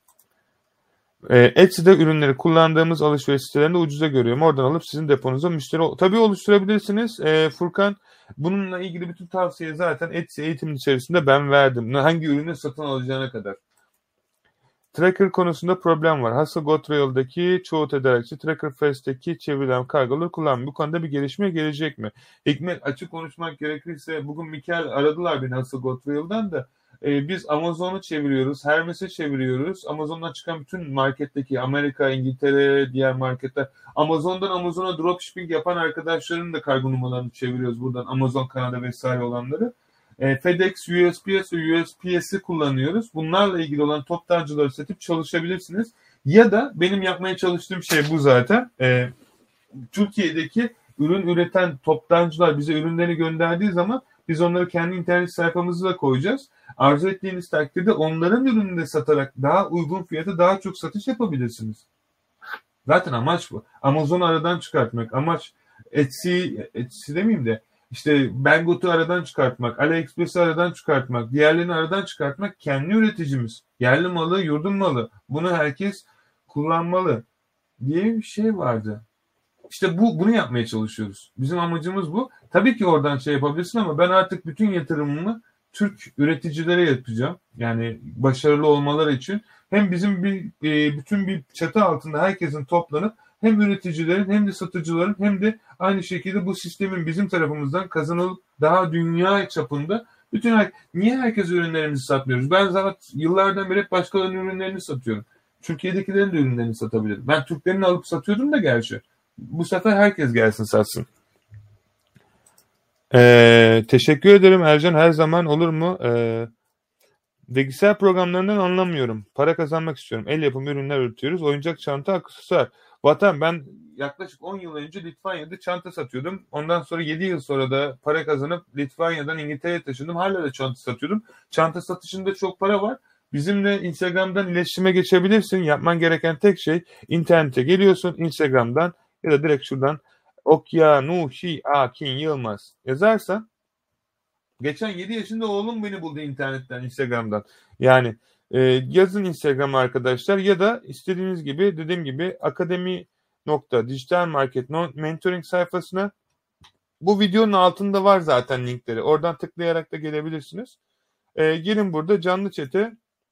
Etsy'de ürünleri kullandığımız alışveriş sitelerinde ucuza görüyorum. Oradan alıp sizin deponuza müşteri tabii oluşturabilirsiniz. Furkan, bununla ilgili bütün tavsiyeyi zaten Etsy eğitimin içerisinde ben verdim. Hangi ürünü satın alacağına kadar. Tracker konusunda problem var. Hustle Got Rail'daki çoğu tedarikçi Tracker Fast'teki çevrilen kargoları kullanmıyor. Bu konuda bir gelişme gelecek mi? Hikmet, açık konuşmak gerekirse bugün Mikael aradılar beni Hustle Got Rail'dan da. Biz Amazon'u çeviriyoruz, Hermes'i çeviriyoruz. Amazon'dan çıkan bütün marketteki Amerika, İngiltere, diğer marketler. Amazon'a dropshipping yapan arkadaşların da kargo numaralarını çeviriyoruz buradan. Amazon, Kanada vesaire olanları. FedEx, USPS ve USPS'i kullanıyoruz. Bunlarla ilgili olan toptancıları seçip çalışabilirsiniz. Ya da benim yapmaya çalıştığım şey bu zaten. Türkiye'deki ürün üreten toptancılar bize ürünlerini gönderdiği zaman biz onları kendi internet sayfamızda koyacağız. Arzu ettiğiniz takdirde onların ürününü de satarak daha uygun fiyata daha çok satış yapabilirsiniz. Zaten amaç bu. Amazon'u aradan çıkartmak. Amaç Etsy demeyeyim de işte Banggood'u aradan çıkartmak, AliExpress'i aradan çıkartmak, diğerlerini aradan çıkartmak, kendi üreticimiz. Yerli malı, yurdun malı. Bunu herkes kullanmalı diye bir şey vardı. İşte bunu yapmaya çalışıyoruz. Bizim amacımız bu. Tabii ki oradan şey yapabilirsin ama ben artık bütün yatırımımı Türk üreticilere yapacağım. Yani başarılı olmaları için. Hem bizim bütün bir çatı altında herkesin toplanıp hem üreticilerin hem de satıcıların hem de aynı şekilde bu sistemin bizim tarafımızdan kazanılıp daha dünya çapında niye herkes ürünlerimizi satmıyoruz? Ben zaten yıllardan beri hep başkalarının ürünlerini satıyorum. Türkiye'dekilerin de ürünlerini satabilirim. Ben Türklerini alıp satıyordum da gerçi. Bu sefer herkes gelsin satsın. Teşekkür ederim Ercan. Her zaman olur mu? Bilgisayar programlarından anlamıyorum. Para kazanmak istiyorum. El yapımı ürünler üretiyoruz. Oyuncak, çanta, aksesuar. Vatan, ben yaklaşık 10 yıl önce Litvanya'da çanta satıyordum. Ondan sonra 7 yıl sonra da para kazanıp Litvanya'dan İngiltere'ye taşındım. Hala da çanta satıyordum. Çanta satışında çok para var. Bizimle Instagram'dan iletişime geçebilirsin. Yapman gereken tek şey internete geliyorsun Instagram'dan ya da direkt şuradan Okyanushi Akin Yılmaz yazarsan, geçen 7 yaşında oğlum beni buldu internetten, Instagram'dan. Yani yazın Instagram arkadaşlar ya da istediğiniz gibi dediğim gibi akademi.dijital market mentoring sayfasına, bu videonun altında var zaten linkleri. Oradan tıklayarak da gelebilirsiniz. Gelin burada canlı chat'e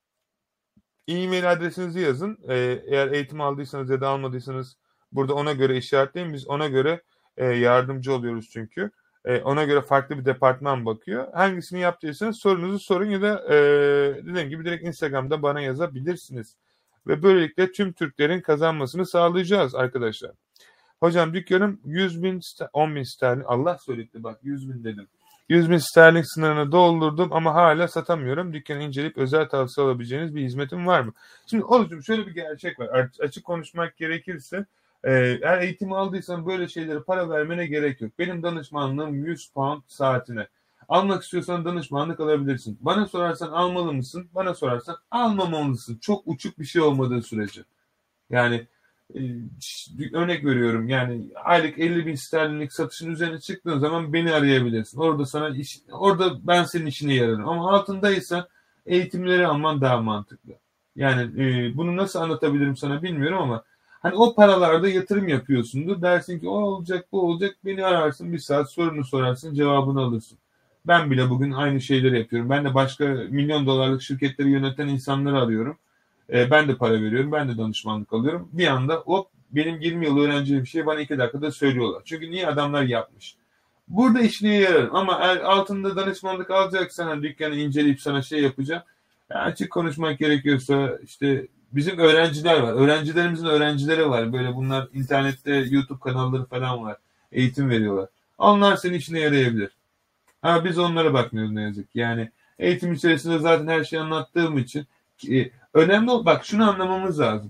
e-mail adresinizi yazın. Eğer eğitim aldıysanız ya da almadıysanız burada ona göre işaretleyin. Biz ona göre yardımcı oluyoruz çünkü. Ona göre farklı bir departman bakıyor. Hangisini yaptıysanız sorunuzu sorun ya da dediğim gibi direkt Instagram'da bana yazabilirsiniz. Ve böylelikle tüm Türklerin kazanmasını sağlayacağız arkadaşlar. Hocam dükkanım 10.000 sterlin. Allah söyledi bak 100.000 dedim. 100.000 sterlin sınırını doldurdum ama hala satamıyorum. Dükkanı inceleyip özel tavsiye alabileceğiniz bir hizmetim var mı? Şimdi Oğuzcum şöyle bir gerçek var. Açık konuşmak gerekirse eğer eğitim aldıysan böyle şeylere para vermene gerek yok. Benim danışmanlığım 100 pound saatine. Almak istiyorsan danışmanlık alabilirsin. Bana sorarsan almalı mısın? Bana sorarsan almamalısın. Çok uçuk bir şey olmadığı sürece. Yani örnek veriyorum, yani aylık 50.000 sterlinlik satışın üzerine çıktığın zaman beni arayabilirsin. Orada ben senin işine yararım. Ama altındaysan eğitimleri alman daha mantıklı. Yani bunu nasıl anlatabilirim sana bilmiyorum ama hani o paralarda yatırım yapıyorsundur. Dersin ki o olacak bu olacak, beni ararsın, bir saat sorunu sorarsın, cevabını alırsın. Ben bile bugün aynı şeyleri yapıyorum. Ben de başka milyon dolarlık şirketleri yöneten insanları arıyorum. Ben de para veriyorum. Ben de danışmanlık alıyorum. Bir anda benim 20 yıl öğreneceğim bir şey bana 2 dakikada söylüyorlar. Çünkü niye? Adamlar yapmış. Burada işine yararım. Ama eğer altında danışmanlık alacaksan, hani dükkanı inceleyip sana şey yapacağım. Açık konuşmak gerekiyorsa işte bizim öğrenciler var. Öğrencilerimizin öğrencileri var. Böyle bunlar internette YouTube kanalları falan var. Eğitim veriyorlar. Onlar senin işine yarayabilir. Ama biz onlara bakmıyoruz ne yazık ki. Yani eğitim içerisinde zaten her şeyi anlattığım için önemli bak şunu anlamamız lazım.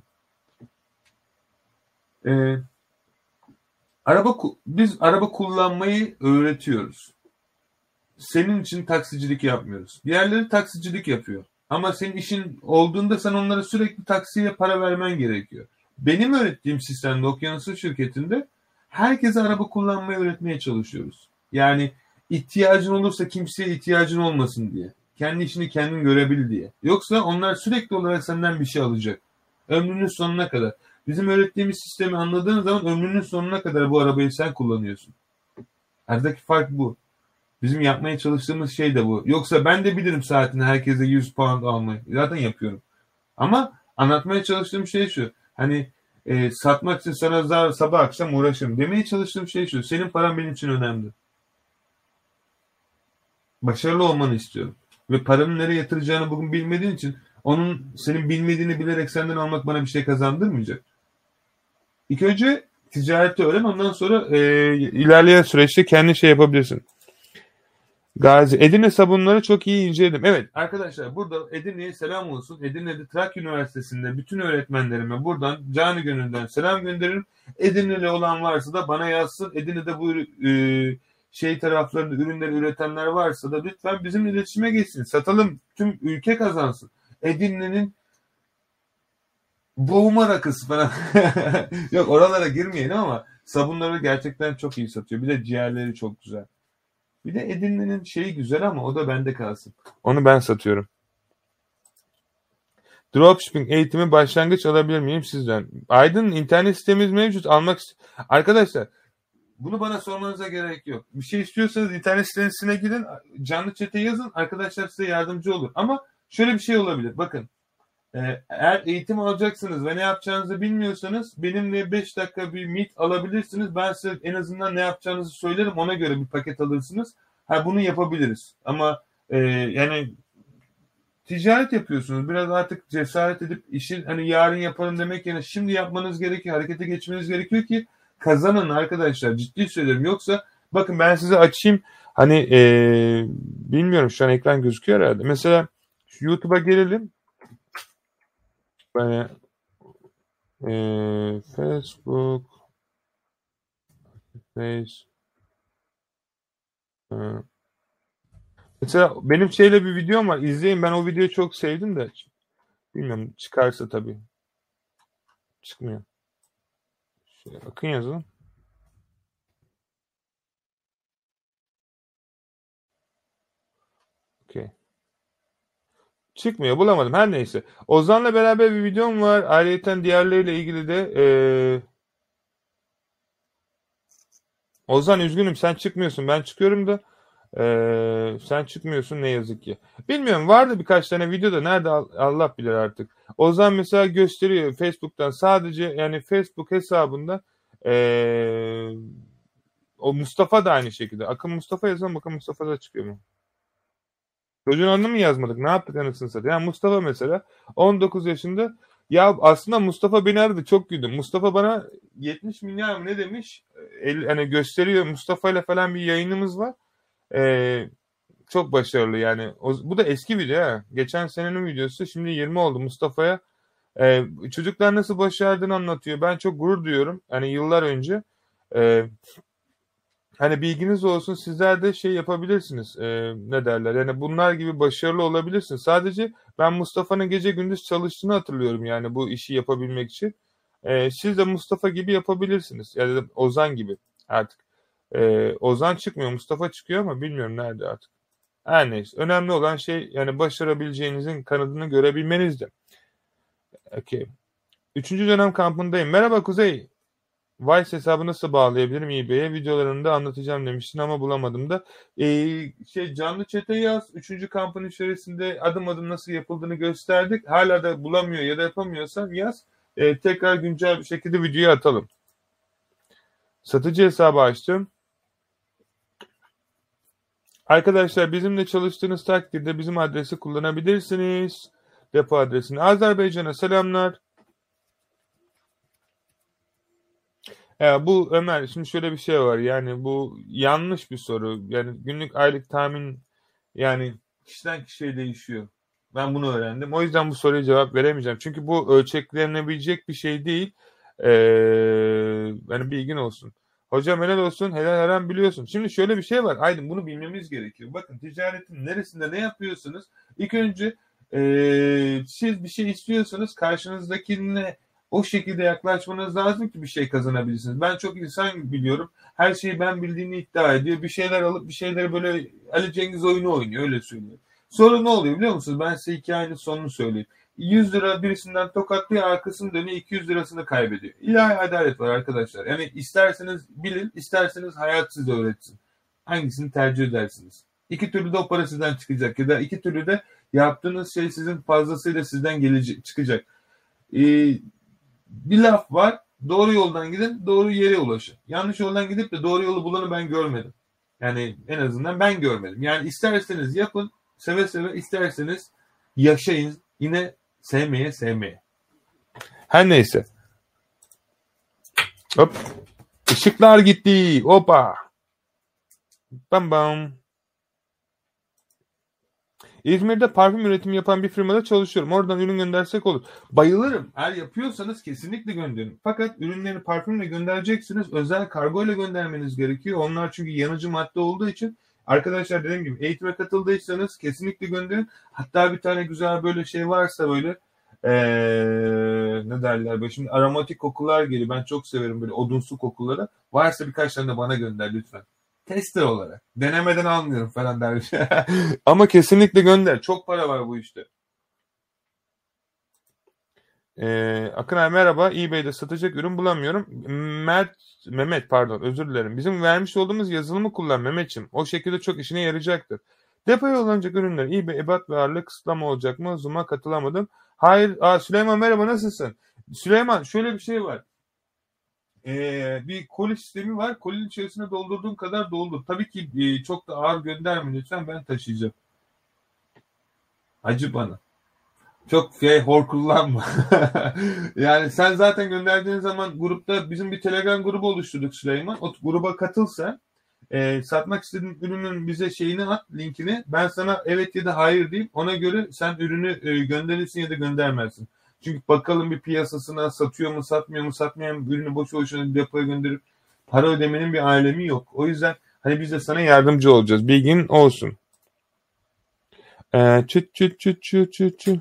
Biz araba kullanmayı öğretiyoruz. Senin için taksicilik yapmıyoruz. Diğerleri taksicilik yapıyor. Ama senin işin olduğunda sen onlara sürekli taksiye para vermen gerekiyor. Benim öğrettiğim sistemde, Okyanus şirketinde herkese araba kullanmayı öğretmeye çalışıyoruz. Yani ihtiyacın olursa kimseye ihtiyacın olmasın diye. Kendi işini kendin görebil diye. Yoksa onlar sürekli olarak senden bir şey alacak. Ömrünün sonuna kadar. Bizim öğrettiğimiz sistemi anladığın zaman ömrünün sonuna kadar bu arabayı sen kullanıyorsun. Aradaki fark bu. Bizim yapmaya çalıştığımız şey de bu. Yoksa ben de bilirim saatine herkese 100 pound almayı. Zaten yapıyorum. Ama anlatmaya çalıştığım şey şu. Hani satmak için sana sabah akşam uğraşırım. Demeye çalıştığım şey şu. Senin paran benim için önemli. Başarılı olmanı istiyorum. Ve paranı nereye yatıracağını bugün bilmediğin için senin bilmediğini bilerek senden almak bana bir şey kazandırmayacak. İlk önce ticareti öğren, ondan sonra ilerleyen süreçte kendi şey yapabilirsin. Gazi. Edirne sabunları çok iyi inceledim. Evet arkadaşlar, burada Edirne'ye selam olsun. Edirne'de Trakya Üniversitesi'nde bütün öğretmenlerime buradan canı gönülden selam gönderirim. Edirne'li olan varsa da bana yazsın. Edirne'de bu taraflarında ürünleri üretenler varsa da lütfen bizimle iletişime geçsin. Satalım. Tüm ülke kazansın. Edirne'nin boğuma rakısı falan. Yok, oralara girmeyelim ama sabunları gerçekten çok iyi satıyor. Bir de ciğerleri çok güzel. Bir de Edirne'nin şeyi güzel ama o da bende kalsın. Onu ben satıyorum. Dropshipping eğitimi başlangıç alabilir miyim sizden? Aydın, internet sitemiz mevcut. Arkadaşlar, bunu bana sormanıza gerek yok. Bir şey istiyorsanız internet sitesine gidin. Canlı chat'e yazın. Arkadaşlar size yardımcı olur. Ama şöyle bir şey olabilir. Bakın. Eğer eğitim alacaksınız ve ne yapacağınızı bilmiyorsanız benimle 5 dakika bir meet alabilirsiniz. Ben size en azından ne yapacağınızı söylerim. Ona göre bir paket alırsınız. Bunu yapabiliriz. Ama yani ticaret yapıyorsunuz. Biraz artık cesaret edip işin hani yarın yaparım demek yerine şimdi yapmanız gerekiyor. Harekete geçmeniz gerekiyor ki kazanın arkadaşlar. Ciddi söylüyorum. Yoksa bakın, ben size açayım. Hani bilmiyorum, şu an ekran gözüküyor herhalde. Mesela şu YouTube'a gelelim. Ben Facebook Face mesela benim şeyle bir videom var. İzleyin. Ben o videoyu çok sevdim de. Bilmiyorum, çıkarsa tabii. Çıkmıyor. Şöyle bakın, yazın. Okay. Çıkmıyor. Bulamadım. Her neyse. Ozan'la beraber bir videom var. Ayrıyeten diğerleriyle ilgili de Ozan, üzgünüm, sen çıkmıyorsun. Ben çıkıyorum da sen çıkmıyorsun ne yazık ki. Bilmiyorum, vardı birkaç tane videoda, nerede Allah bilir artık. Ozan mesela gösteriyor Facebook'tan, sadece yani Facebook hesabında o Mustafa da aynı şekilde. Akın Mustafa yazalım, bakın Mustafa da çıkıyor mu? Çocuğun adını mı yazmadık? Ne yaptık anasını satayım? Yani Mustafa mesela 19 yaşında. Ya aslında Mustafa beni aradı. Çok güldüm. Mustafa bana 70 milyar mı ne demiş? Hani gösteriyor. Mustafa ile falan bir yayınımız var. Çok başarılı yani. Bu da eski video ha. Geçen senenin videosu. Şimdi 20 oldu Mustafa'ya. Çocuklar nasıl başardığını anlatıyor. Ben çok gurur duyuyorum. Hani yıllar önce. E, Hani bilginiz olsun, sizler de şey yapabilirsiniz. Ne derler? Yani bunlar gibi başarılı olabilirsiniz. Sadece ben Mustafa'nın gece gündüz çalıştığını hatırlıyorum yani bu işi yapabilmek için. Siz de Mustafa gibi yapabilirsiniz. Ya da Ozan gibi artık. Ozan çıkmıyor, Mustafa çıkıyor ama bilmiyorum nerede artık. Her neyse. Önemli olan şey yani başarabileceğinizin kanadını görebilmenizdi. Okay. Üçüncü dönem kampındayım. Merhaba Kuzey. Vice hesabı nasıl bağlayabilirim eBay'e? Videolarında anlatacağım demiştin ama bulamadım da. Canlı chat'e yaz. Üçüncü kampın içerisinde adım adım nasıl yapıldığını gösterdik. Hala da bulamıyor ya da yapamıyorsan yaz. Tekrar güncel bir şekilde videoyu atalım. Satıcı hesabı açtım. Arkadaşlar, bizimle çalıştığınız takdirde bizim adresi kullanabilirsiniz. Depo adresini. Azerbaycan'a selamlar. Bu Ömer, şimdi şöyle bir şey var, yani bu yanlış bir soru. Yani günlük aylık tahmin yani kişiden kişiye değişiyor. Ben bunu öğrendim. O yüzden bu soruya cevap veremeyeceğim. Çünkü bu ölçeklenebilecek bir şey değil. Yani bilgin olsun. Hocam helal olsun, helal haram biliyorsun. Şimdi şöyle bir şey var. Aydın, bunu bilmemiz gerekiyor. Bakın, ticaretin neresinde ne yapıyorsunuz? İlk önce siz bir şey istiyorsanız karşınızdakine o şekilde yaklaşmanız lazım ki bir şey kazanabilirsiniz. Ben çok insan biliyorum. Her şeyi ben bildiğini iddia ediyor. Bir şeyler alıp bir şeyleri böyle Ali Cengiz oyunu oynuyor. Öyle söylüyor. Sonra ne oluyor biliyor musunuz? Ben size hikayenin sonunu söyleyeyim. 100 lira birisinden tokatlıyor, arkasını dönüyor, 200 lirasını kaybediyor. İlahi adalet var arkadaşlar. Yani isterseniz bilin, isterseniz hayat size öğretsin. Hangisini tercih edersiniz? İki türlü de o para sizden çıkacak ya da iki türlü de yaptığınız şey sizin fazlasıyla sizden gelecek, çıkacak. Bir laf var. Doğru yoldan gidin, doğru yere ulaşın. Yanlış yoldan gidip de doğru yolu bulanı ben görmedim. Yani en azından ben görmedim. Yani isterseniz yapın, seve seve, isterseniz yaşayın. Yine sevmeye sevmeye. Her neyse. Hop. Işıklar gitti. Hopa. Bam bam. İzmir'de parfüm üretimi yapan bir firmada çalışıyorum. Oradan ürün göndersek olur. Bayılırım. Eğer yapıyorsanız kesinlikle gönderin. Fakat ürünleri parfümle göndereceksiniz. Özel kargo ile göndermeniz gerekiyor. Onlar çünkü yanıcı madde olduğu için. Arkadaşlar dediğim gibi eğitime katıldıysanız kesinlikle gönderin. Hatta bir tane güzel böyle şey varsa böyle ne derler böyle şimdi aromatik kokular geliyor. Ben çok severim böyle odunsu kokuları. Varsa birkaç tane de bana gönder lütfen. Tester olarak. Denemeden almıyorum falan dermiş. Ama kesinlikle gönder. Çok para var bu işte. Akın abi merhaba. eBay'de satacak ürün bulamıyorum. Mehmet pardon özür dilerim. Bizim vermiş olduğumuz yazılımı kullan Mehmetçim. O şekilde çok işine yarayacaktır. Depoya yollanacak ürünler eBay, ebat ve ağırlık kısıtlama olacak mı? Zoom'a katılamadım. Hayır. Süleyman merhaba nasılsın? Süleyman şöyle bir şey var. Bir koli sistemi var. Kolinin içerisine doldurduğun kadar doldur. Tabii ki çok da ağır gönderme lütfen ben taşıyacağım. Acı bana. Çok hor kullanma. Yani sen zaten gönderdiğin zaman grupta bizim bir Telegram grubu oluşturduk Süleyman. O gruba katılsa satmak istediğin ürünün bize şeyini at linkini. Ben sana evet ya da hayır diyeyim. Ona göre sen ürünü gönderirsin ya da göndermezsin. Çünkü bakalım bir piyasasına satıyor mu satmıyor mu satmayan ürünü boşu boşuna depoya gönderip para ödemenin bir alemi yok. O yüzden hani biz de sana yardımcı olacağız. Bilgin olsun. Çıt çıt çıt çıt çıt çıt.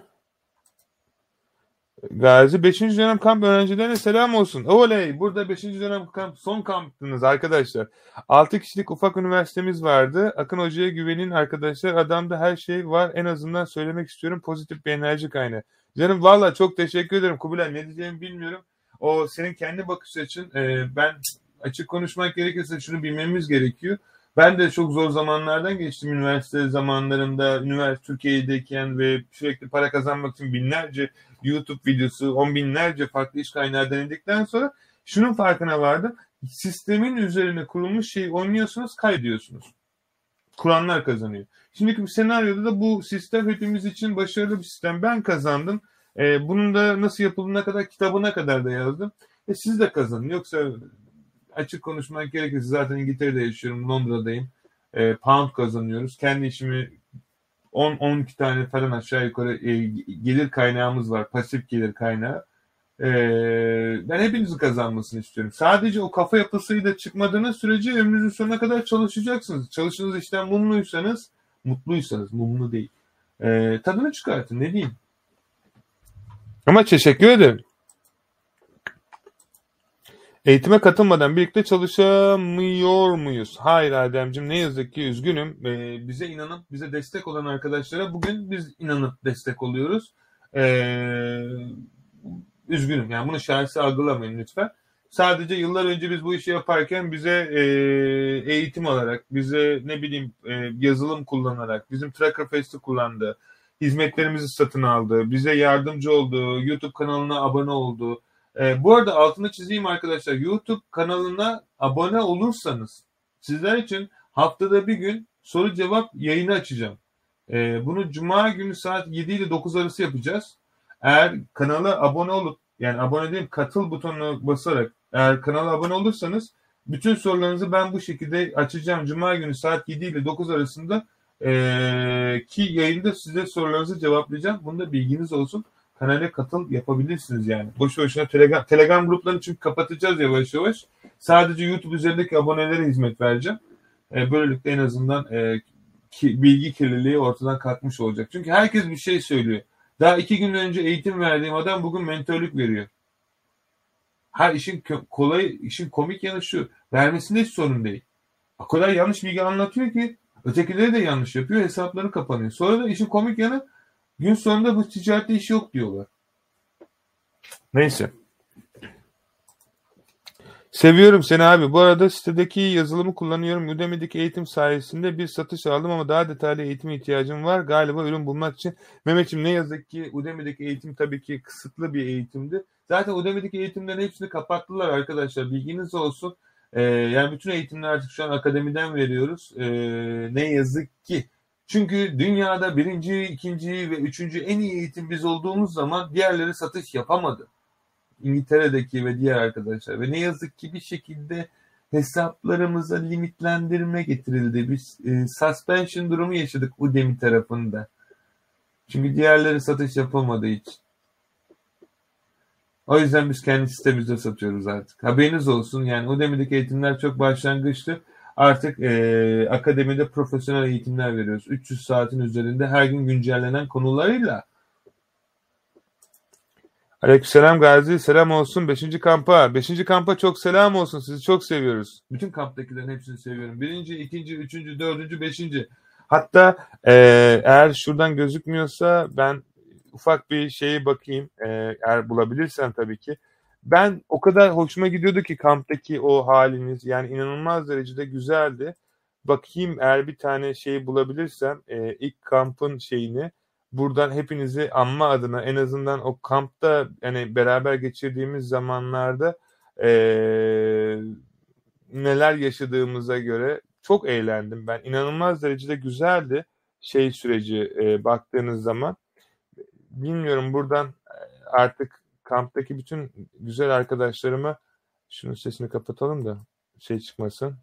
Gazi 5. dönem kamp öğrencilerine selam olsun. Oley! Burada 5. dönem kamp son kamptınız arkadaşlar. 6 kişilik ufak üniversitemiz vardı. Akın Hoca'ya güvenin arkadaşlar. Adamda her şey var. En azından söylemek istiyorum. Pozitif bir enerji kaynağı. Canım valla çok teşekkür ederim. Kubilay ne diyeceğimi bilmiyorum. O senin kendi bakış açın. Ben açık konuşmak gerekirse şunu bilmemiz gerekiyor. Ben de çok zor zamanlardan geçtim üniversite zamanlarında. Üniversite Türkiye'deyken ve sürekli para kazanmak için binlerce YouTube videosu, on binlerce farklı iş kaynağı denedikten sonra şunun farkına vardım. Sistemin üzerine kurulmuş şeyi oynuyorsunuz, kaybediyorsunuz. Kuranlar kazanıyor. Şimdiki bir senaryoda da bu sistem hepimiz için başarılı bir sistem. Ben kazandım. Bunun da nasıl yapıldığına kadar kitabına kadar da yazdım. Siz de kazanın. Yoksa açık konuşmak gerekirse zaten İngiltere'de yaşıyorum, Londra'dayım. Pound kazanıyoruz. Kendi işimi 10-12 tane falan aşağı yukarı gelir kaynağımız var. Pasif gelir kaynağı. Ben hepinizin kazanmasını istiyorum. Sadece o kafa yapısıyla çıkmadığınız sürece ömrünüzün sonuna kadar çalışacaksınız. Çalıştığınız işten mutluysanız, mumlu değil. Tadını çıkartın ne diyeyim. Ama teşekkür ederim. Eğitime katılmadan birlikte çalışamıyor muyuz? Hayır Ademciğim ne yazık ki üzgünüm. Bize inanıp bize destek olan arkadaşlara bugün biz inanıp destek oluyoruz. Üzgünüm yani bunu şahsi algılamayın lütfen. Sadece yıllar önce biz bu işi yaparken bize eğitim alarak, bize ne bileyim yazılım kullanarak, bizim Tracker Fest'i kullandı, hizmetlerimizi satın aldı, bize yardımcı oldu, YouTube kanalına abone oldu. Bu arada altını çizeyim arkadaşlar. YouTube kanalına abone olursanız sizler için haftada bir gün soru cevap yayını açacağım. Bunu Cuma günü saat 7 ile 9 arası yapacağız. Eğer kanala abone olup yani abone değil katıl butonuna basarak eğer kanala abone olursanız bütün sorularınızı ben bu şekilde açacağım. Cuma günü saat 7 ile 9 arasında ki yayında size sorularınızı cevaplayacağım. Bunda bilginiz olsun. Kanala katıl yapabilirsiniz yani. Boşu boşuna Telegram gruplarını çünkü kapatacağız yavaş yavaş. Sadece YouTube üzerindeki abonelere hizmet vereceğim. Böylelikle en azından bilgi kirliliği ortadan kalkmış olacak. Çünkü herkes bir şey söylüyor. Daha 2 gün önce eğitim verdiğim adam bugün mentörlük veriyor. işin kolay, işin komik yanı şu. Vermesinde hiç sorun değil. O kadar yanlış bilgi anlatıyor ki ötekileri de yanlış yapıyor. Hesapları kapanıyor. Sonra da işin komik yanı gün sonunda bu ticarette iş yok diyorlar. Neyse. Seviyorum seni abi. Bu arada sitedeki yazılımı kullanıyorum. Udemy'deki eğitim sayesinde bir satış aldım ama daha detaylı eğitime ihtiyacım var. Galiba ürün bulmak için. Mehmetciğim ne yazık ki Udemy'deki eğitim tabii ki kısıtlı bir eğitimdi. Zaten Udemy'deki eğitimlerin hepsini kapattılar arkadaşlar. Bilginiz olsun. Yani bütün eğitimleri artık şu an akademiden veriyoruz. Ne yazık ki. Çünkü dünyada birinci, ikinci ve üçüncü en iyi eğitim biz olduğumuz zaman diğerleri satış yapamadı. İngiltere'deki ve diğer arkadaşlar. Ve ne yazık ki bir şekilde hesaplarımıza limitlendirme getirildi. Biz suspension durumu yaşadık Udemy tarafında. Çünkü diğerleri satış yapılmadığı için. O yüzden biz kendi sitemizde satıyoruz artık. Haberiniz olsun. Yani Udemy'deki eğitimler çok başlangıçtı. Artık akademide profesyonel eğitimler veriyoruz. 300 saatin üzerinde her gün güncellenen konularıyla. Aleykümselam Gazi. Selam olsun 5. kampa. 5. kampa çok selam olsun. Sizi çok seviyoruz. Bütün kamptakilerin hepsini seviyorum. Birinci, ikinci, üçüncü, dördüncü, beşinci. Hatta eğer şuradan gözükmüyorsa ben ufak bir şeyi bakayım. Eğer bulabilirsem tabii ki. Ben o kadar hoşuma gidiyordu ki kamptaki o haliniz. Yani inanılmaz derecede güzeldi. Bakayım eğer bir tane şeyi bulabilirsem ilk kampın şeyini. Buradan hepinizi anma adına en azından o kampta yani beraber geçirdiğimiz zamanlarda neler yaşadığımıza göre çok eğlendim ben. İnanılmaz derecede güzeldi şey süreci baktığınız zaman. Bilmiyorum buradan artık kamptaki bütün güzel arkadaşlarıma şunun sesini kapatalım da şey çıkmasın.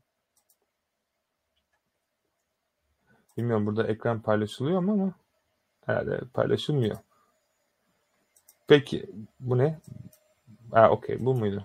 Bilmiyorum burada ekran paylaşılıyor mu ama herhalde paylaşılmıyor. Peki bu ne? Okey bu muydu?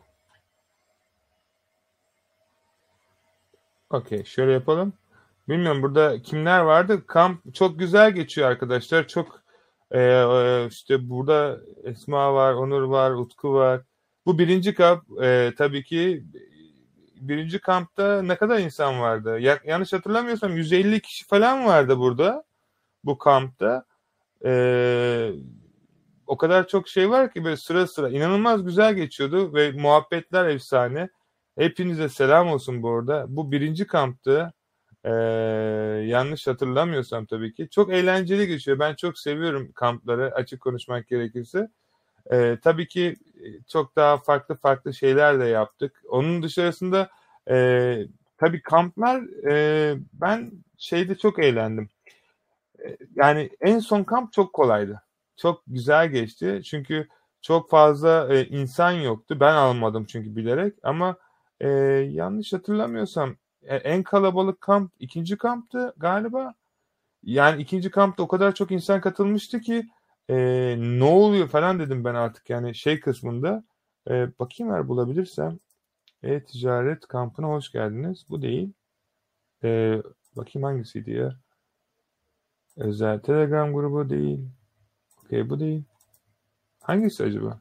Okey şöyle yapalım. Bilmiyorum burada kimler vardı? Kamp çok güzel geçiyor arkadaşlar. Çok işte burada Esma var, Onur var, Utku var. Bu birinci kamp tabii ki birinci kampta ne kadar insan vardı? Yanlış hatırlamıyorsam 150 kişi falan vardı burada bu kampta. E, O kadar çok şey var ki böyle sıra sıra inanılmaz güzel geçiyordu ve muhabbetler efsane. Hepinize selam olsun bu arada. Bu birinci kamptı. Ee, Yanlış hatırlamıyorsam tabii ki. Çok eğlenceli geçiyor. Ben çok seviyorum kampları açık konuşmak gerekirse. Tabii ki çok daha farklı farklı şeyler de yaptık. Onun dışarısında tabii kamplar ben şeyde çok eğlendim. Yani en son kamp çok kolaydı. Çok güzel geçti. Çünkü çok fazla insan yoktu. Ben almadım çünkü bilerek. Ama e, yanlış hatırlamıyorsam en kalabalık kamp ikinci kamptı galiba. Yani ikinci kampta o kadar çok insan katılmıştı ki e, ne oluyor falan dedim ben artık yani şey kısmında. Bakayım eğer bulabilirsem. Ticaret kampına hoş geldiniz. Bu değil. E, Bakayım hangisiydi ya? Özel Telegram grubu değil. Okey bu değil. Hangisi acaba?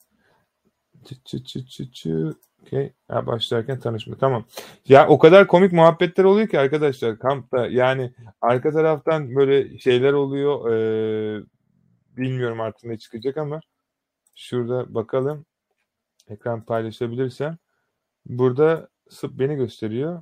Okey. Başlarken tanışma. Tamam. Ya o kadar komik muhabbetler oluyor ki arkadaşlar kampta. Yani arka taraftan böyle şeyler oluyor. Bilmiyorum artık ne çıkacak ama şurada bakalım. Ekran paylaşabilirsem. Burada beni gösteriyor.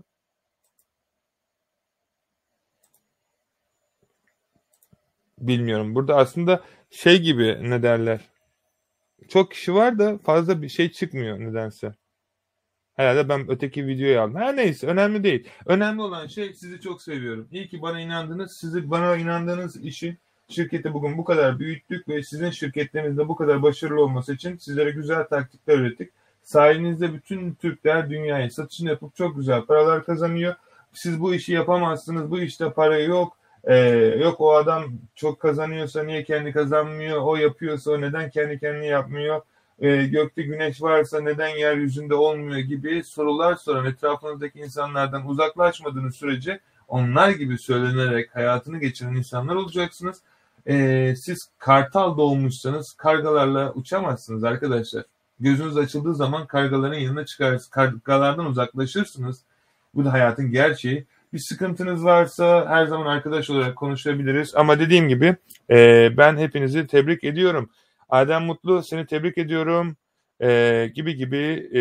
Bilmiyorum. Burada aslında şey gibi ne derler. Çok kişi var da fazla bir şey çıkmıyor nedense. Herhalde ben öteki videoyu aldım. Her neyse önemli değil. Önemli olan şey sizi çok seviyorum. İyi ki bana inandınız. Sizi bana inandığınız için şirketi bugün bu kadar büyüttük ve sizin şirketlerinizde bu kadar başarılı olması için sizlere güzel taktikler ürettik. Sayenizde bütün Türkler dünyaya satışını yapıp çok güzel paralar kazanıyor. Siz bu işi yapamazsınız. Bu işte para yok. Yok o adam çok kazanıyorsa niye kendi kazanmıyor? O yapıyorsa o neden kendi kendine yapmıyor? Gökte güneş varsa neden yeryüzünde olmuyor gibi sorular soran etrafınızdaki insanlardan uzaklaşmadığınız sürece onlar gibi söylenerek hayatını geçiren insanlar olacaksınız. Siz kartal doğmuşsanız kargalarla uçamazsınız arkadaşlar. Gözünüz açıldığı zaman kargaların yanına çıkarsınız. Kargalardan uzaklaşırsınız. Bu da hayatın gerçeği. Bir sıkıntınız varsa her zaman arkadaş olarak konuşabiliriz. Ama dediğim gibi ben hepinizi tebrik ediyorum. Adem Mutlu seni tebrik ediyorum gibi gibi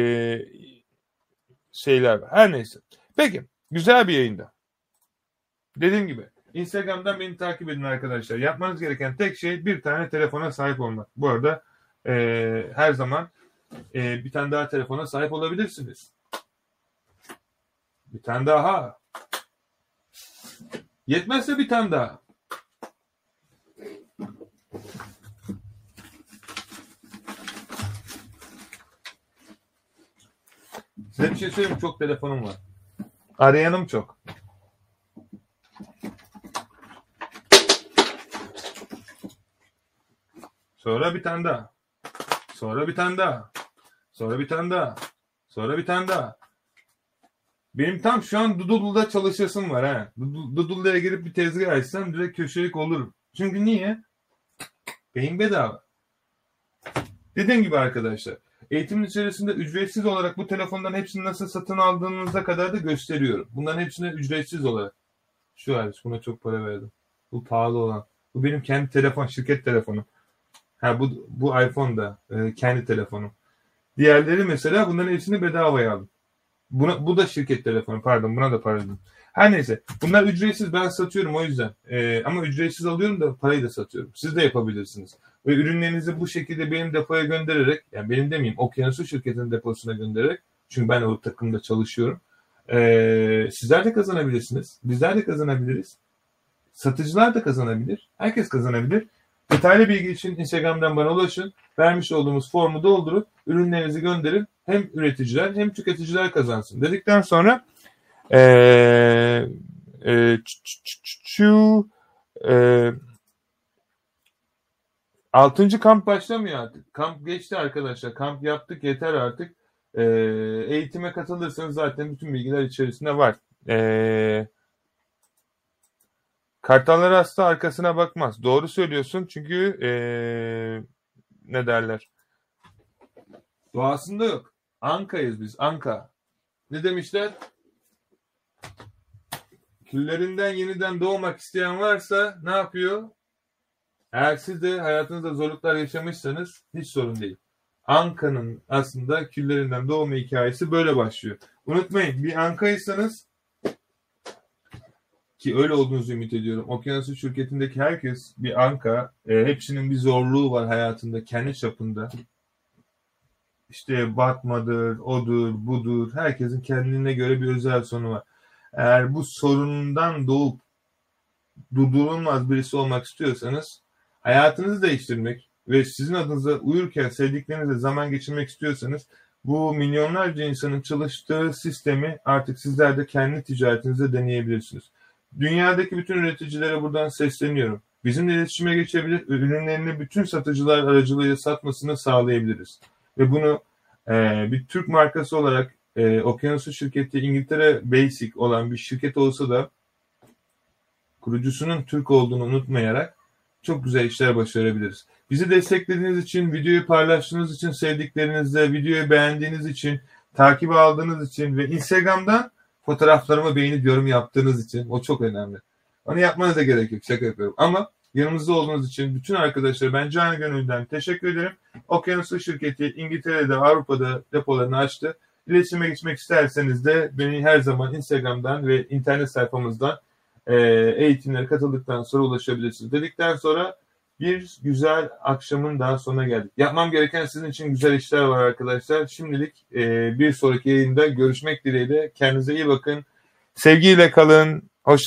şeyler var. Her neyse. Peki güzel bir yayında. Dediğim gibi Instagram'dan beni takip edin arkadaşlar. Yapmanız gereken tek şey bir tane telefona sahip olmak. Bu arada her zaman bir tane daha telefona sahip olabilirsiniz. Bir tane daha. Yetmezse bir tane daha. Size bir şey söyleyeyim çok telefonum var. Arayanım çok. Sonra bir tane daha. Sonra bir tane daha. Sonra bir tane daha. Sonra bir tane daha. Benim tam şu an Doodle'da çalışasım var ha. Doodle'ya girip bir tezgah açsam direkt köşelik olurum. Çünkü niye? Beyin bedava. Dediğim gibi arkadaşlar, eğitimin içerisinde ücretsiz olarak bu telefondan hepsini nasıl satın aldığınıza kadar da gösteriyorum. Bunların hepsine ücretsiz olarak. Şu hariç buna çok para verdim. Bu pahalı olan. Bu benim kendi telefon, şirket telefonum. Ha bu iPhone da kendi telefonum. Diğerleri mesela bunların hepsini bedavaya aldım. Bu da şirket telefonu, pardon, buna da para ödedim. Her neyse, bunlar ücretsiz, ben satıyorum o yüzden. Ama ücretsiz alıyorum da parayı da satıyorum. Siz de yapabilirsiniz. Ve ürünlerinizi bu şekilde benim depoya göndererek, yani benim demeyeyim, Okyanusu şirketinin deposuna göndererek, çünkü ben o takımda çalışıyorum. Sizler de kazanabilirsiniz. Bizler de kazanabiliriz. Satıcılar da kazanabilir. Herkes kazanabilir. Detaylı bilgi için Instagram'dan bana ulaşın. Vermiş olduğumuz formu doldurup ürünlerinizi gönderin. Hem üreticiler hem tüketiciler kazansın dedikten sonra altıncı kamp başlamıyor artık. Kamp geçti arkadaşlar. Kamp yaptık, yeter artık. Eğitime katılırsanız zaten bütün bilgiler içerisinde var. Kartallar hasta arkasına bakmaz. Doğru söylüyorsun çünkü ne derler? Doğasında yok. Anka'yız biz. Anka. Ne demişler? Küllerinden yeniden doğmak isteyen varsa ne yapıyor? Eğer siz de hayatınızda zorluklar yaşamışsanız hiç sorun değil. Anka'nın aslında küllerinden doğma hikayesi böyle başlıyor. Unutmayın, bir Anka'ysanız, ki öyle olduğunuzu ümit ediyorum. Okyanusu şirketindeki herkes bir Anka. Hepsinin bir zorluğu var hayatında, kendi çapında. İşte batmadır, odur, budur. Herkesin kendine göre bir özel sorunu var. Eğer bu sorundan doğup durdurulmaz birisi olmak istiyorsanız, hayatınızı değiştirmek ve sizin adınıza uyurken sevdiklerinizle zaman geçirmek istiyorsanız, bu milyonlarca insanın çalıştığı sistemi artık sizler de kendi ticaretinizde deneyebilirsiniz. Dünyadaki bütün üreticilere buradan sesleniyorum. Bizimle iletişime geçebilir, ürünlerini bütün satıcılar aracılığıyla satmasını sağlayabiliriz. Ve bunu bir Türk markası olarak Okyanusu şirketi İngiltere Basic olan bir şirket olsa da kurucusunun Türk olduğunu unutmayarak çok güzel işler başarabiliriz. Bizi desteklediğiniz için, videoyu paylaştığınız için, sevdiklerinizle, videoyu beğendiğiniz için, takip aldığınız için ve Instagram'dan fotoğraflarımı beğenip yorum yaptığınız için, o çok önemli. Onu yapmanıza gerek yok, şaka yapıyorum. Ama yanımızda olduğunuz için bütün arkadaşlara ben canı gönülden teşekkür ederim. Okyanusu şirketi İngiltere'de, Avrupa'da depolarını açtı. İletişime geçmek isterseniz de beni her zaman Instagram'dan ve internet sayfamızdan eğitimlere katıldıktan sonra ulaşabilirsiniz. Dedikten sonra bir güzel akşamın daha sonuna geldik. Yapmam gereken sizin için güzel işler var arkadaşlar. Şimdilik bir sonraki yayında görüşmek dileğiyle. Kendinize iyi bakın. Sevgiyle kalın. Hoşça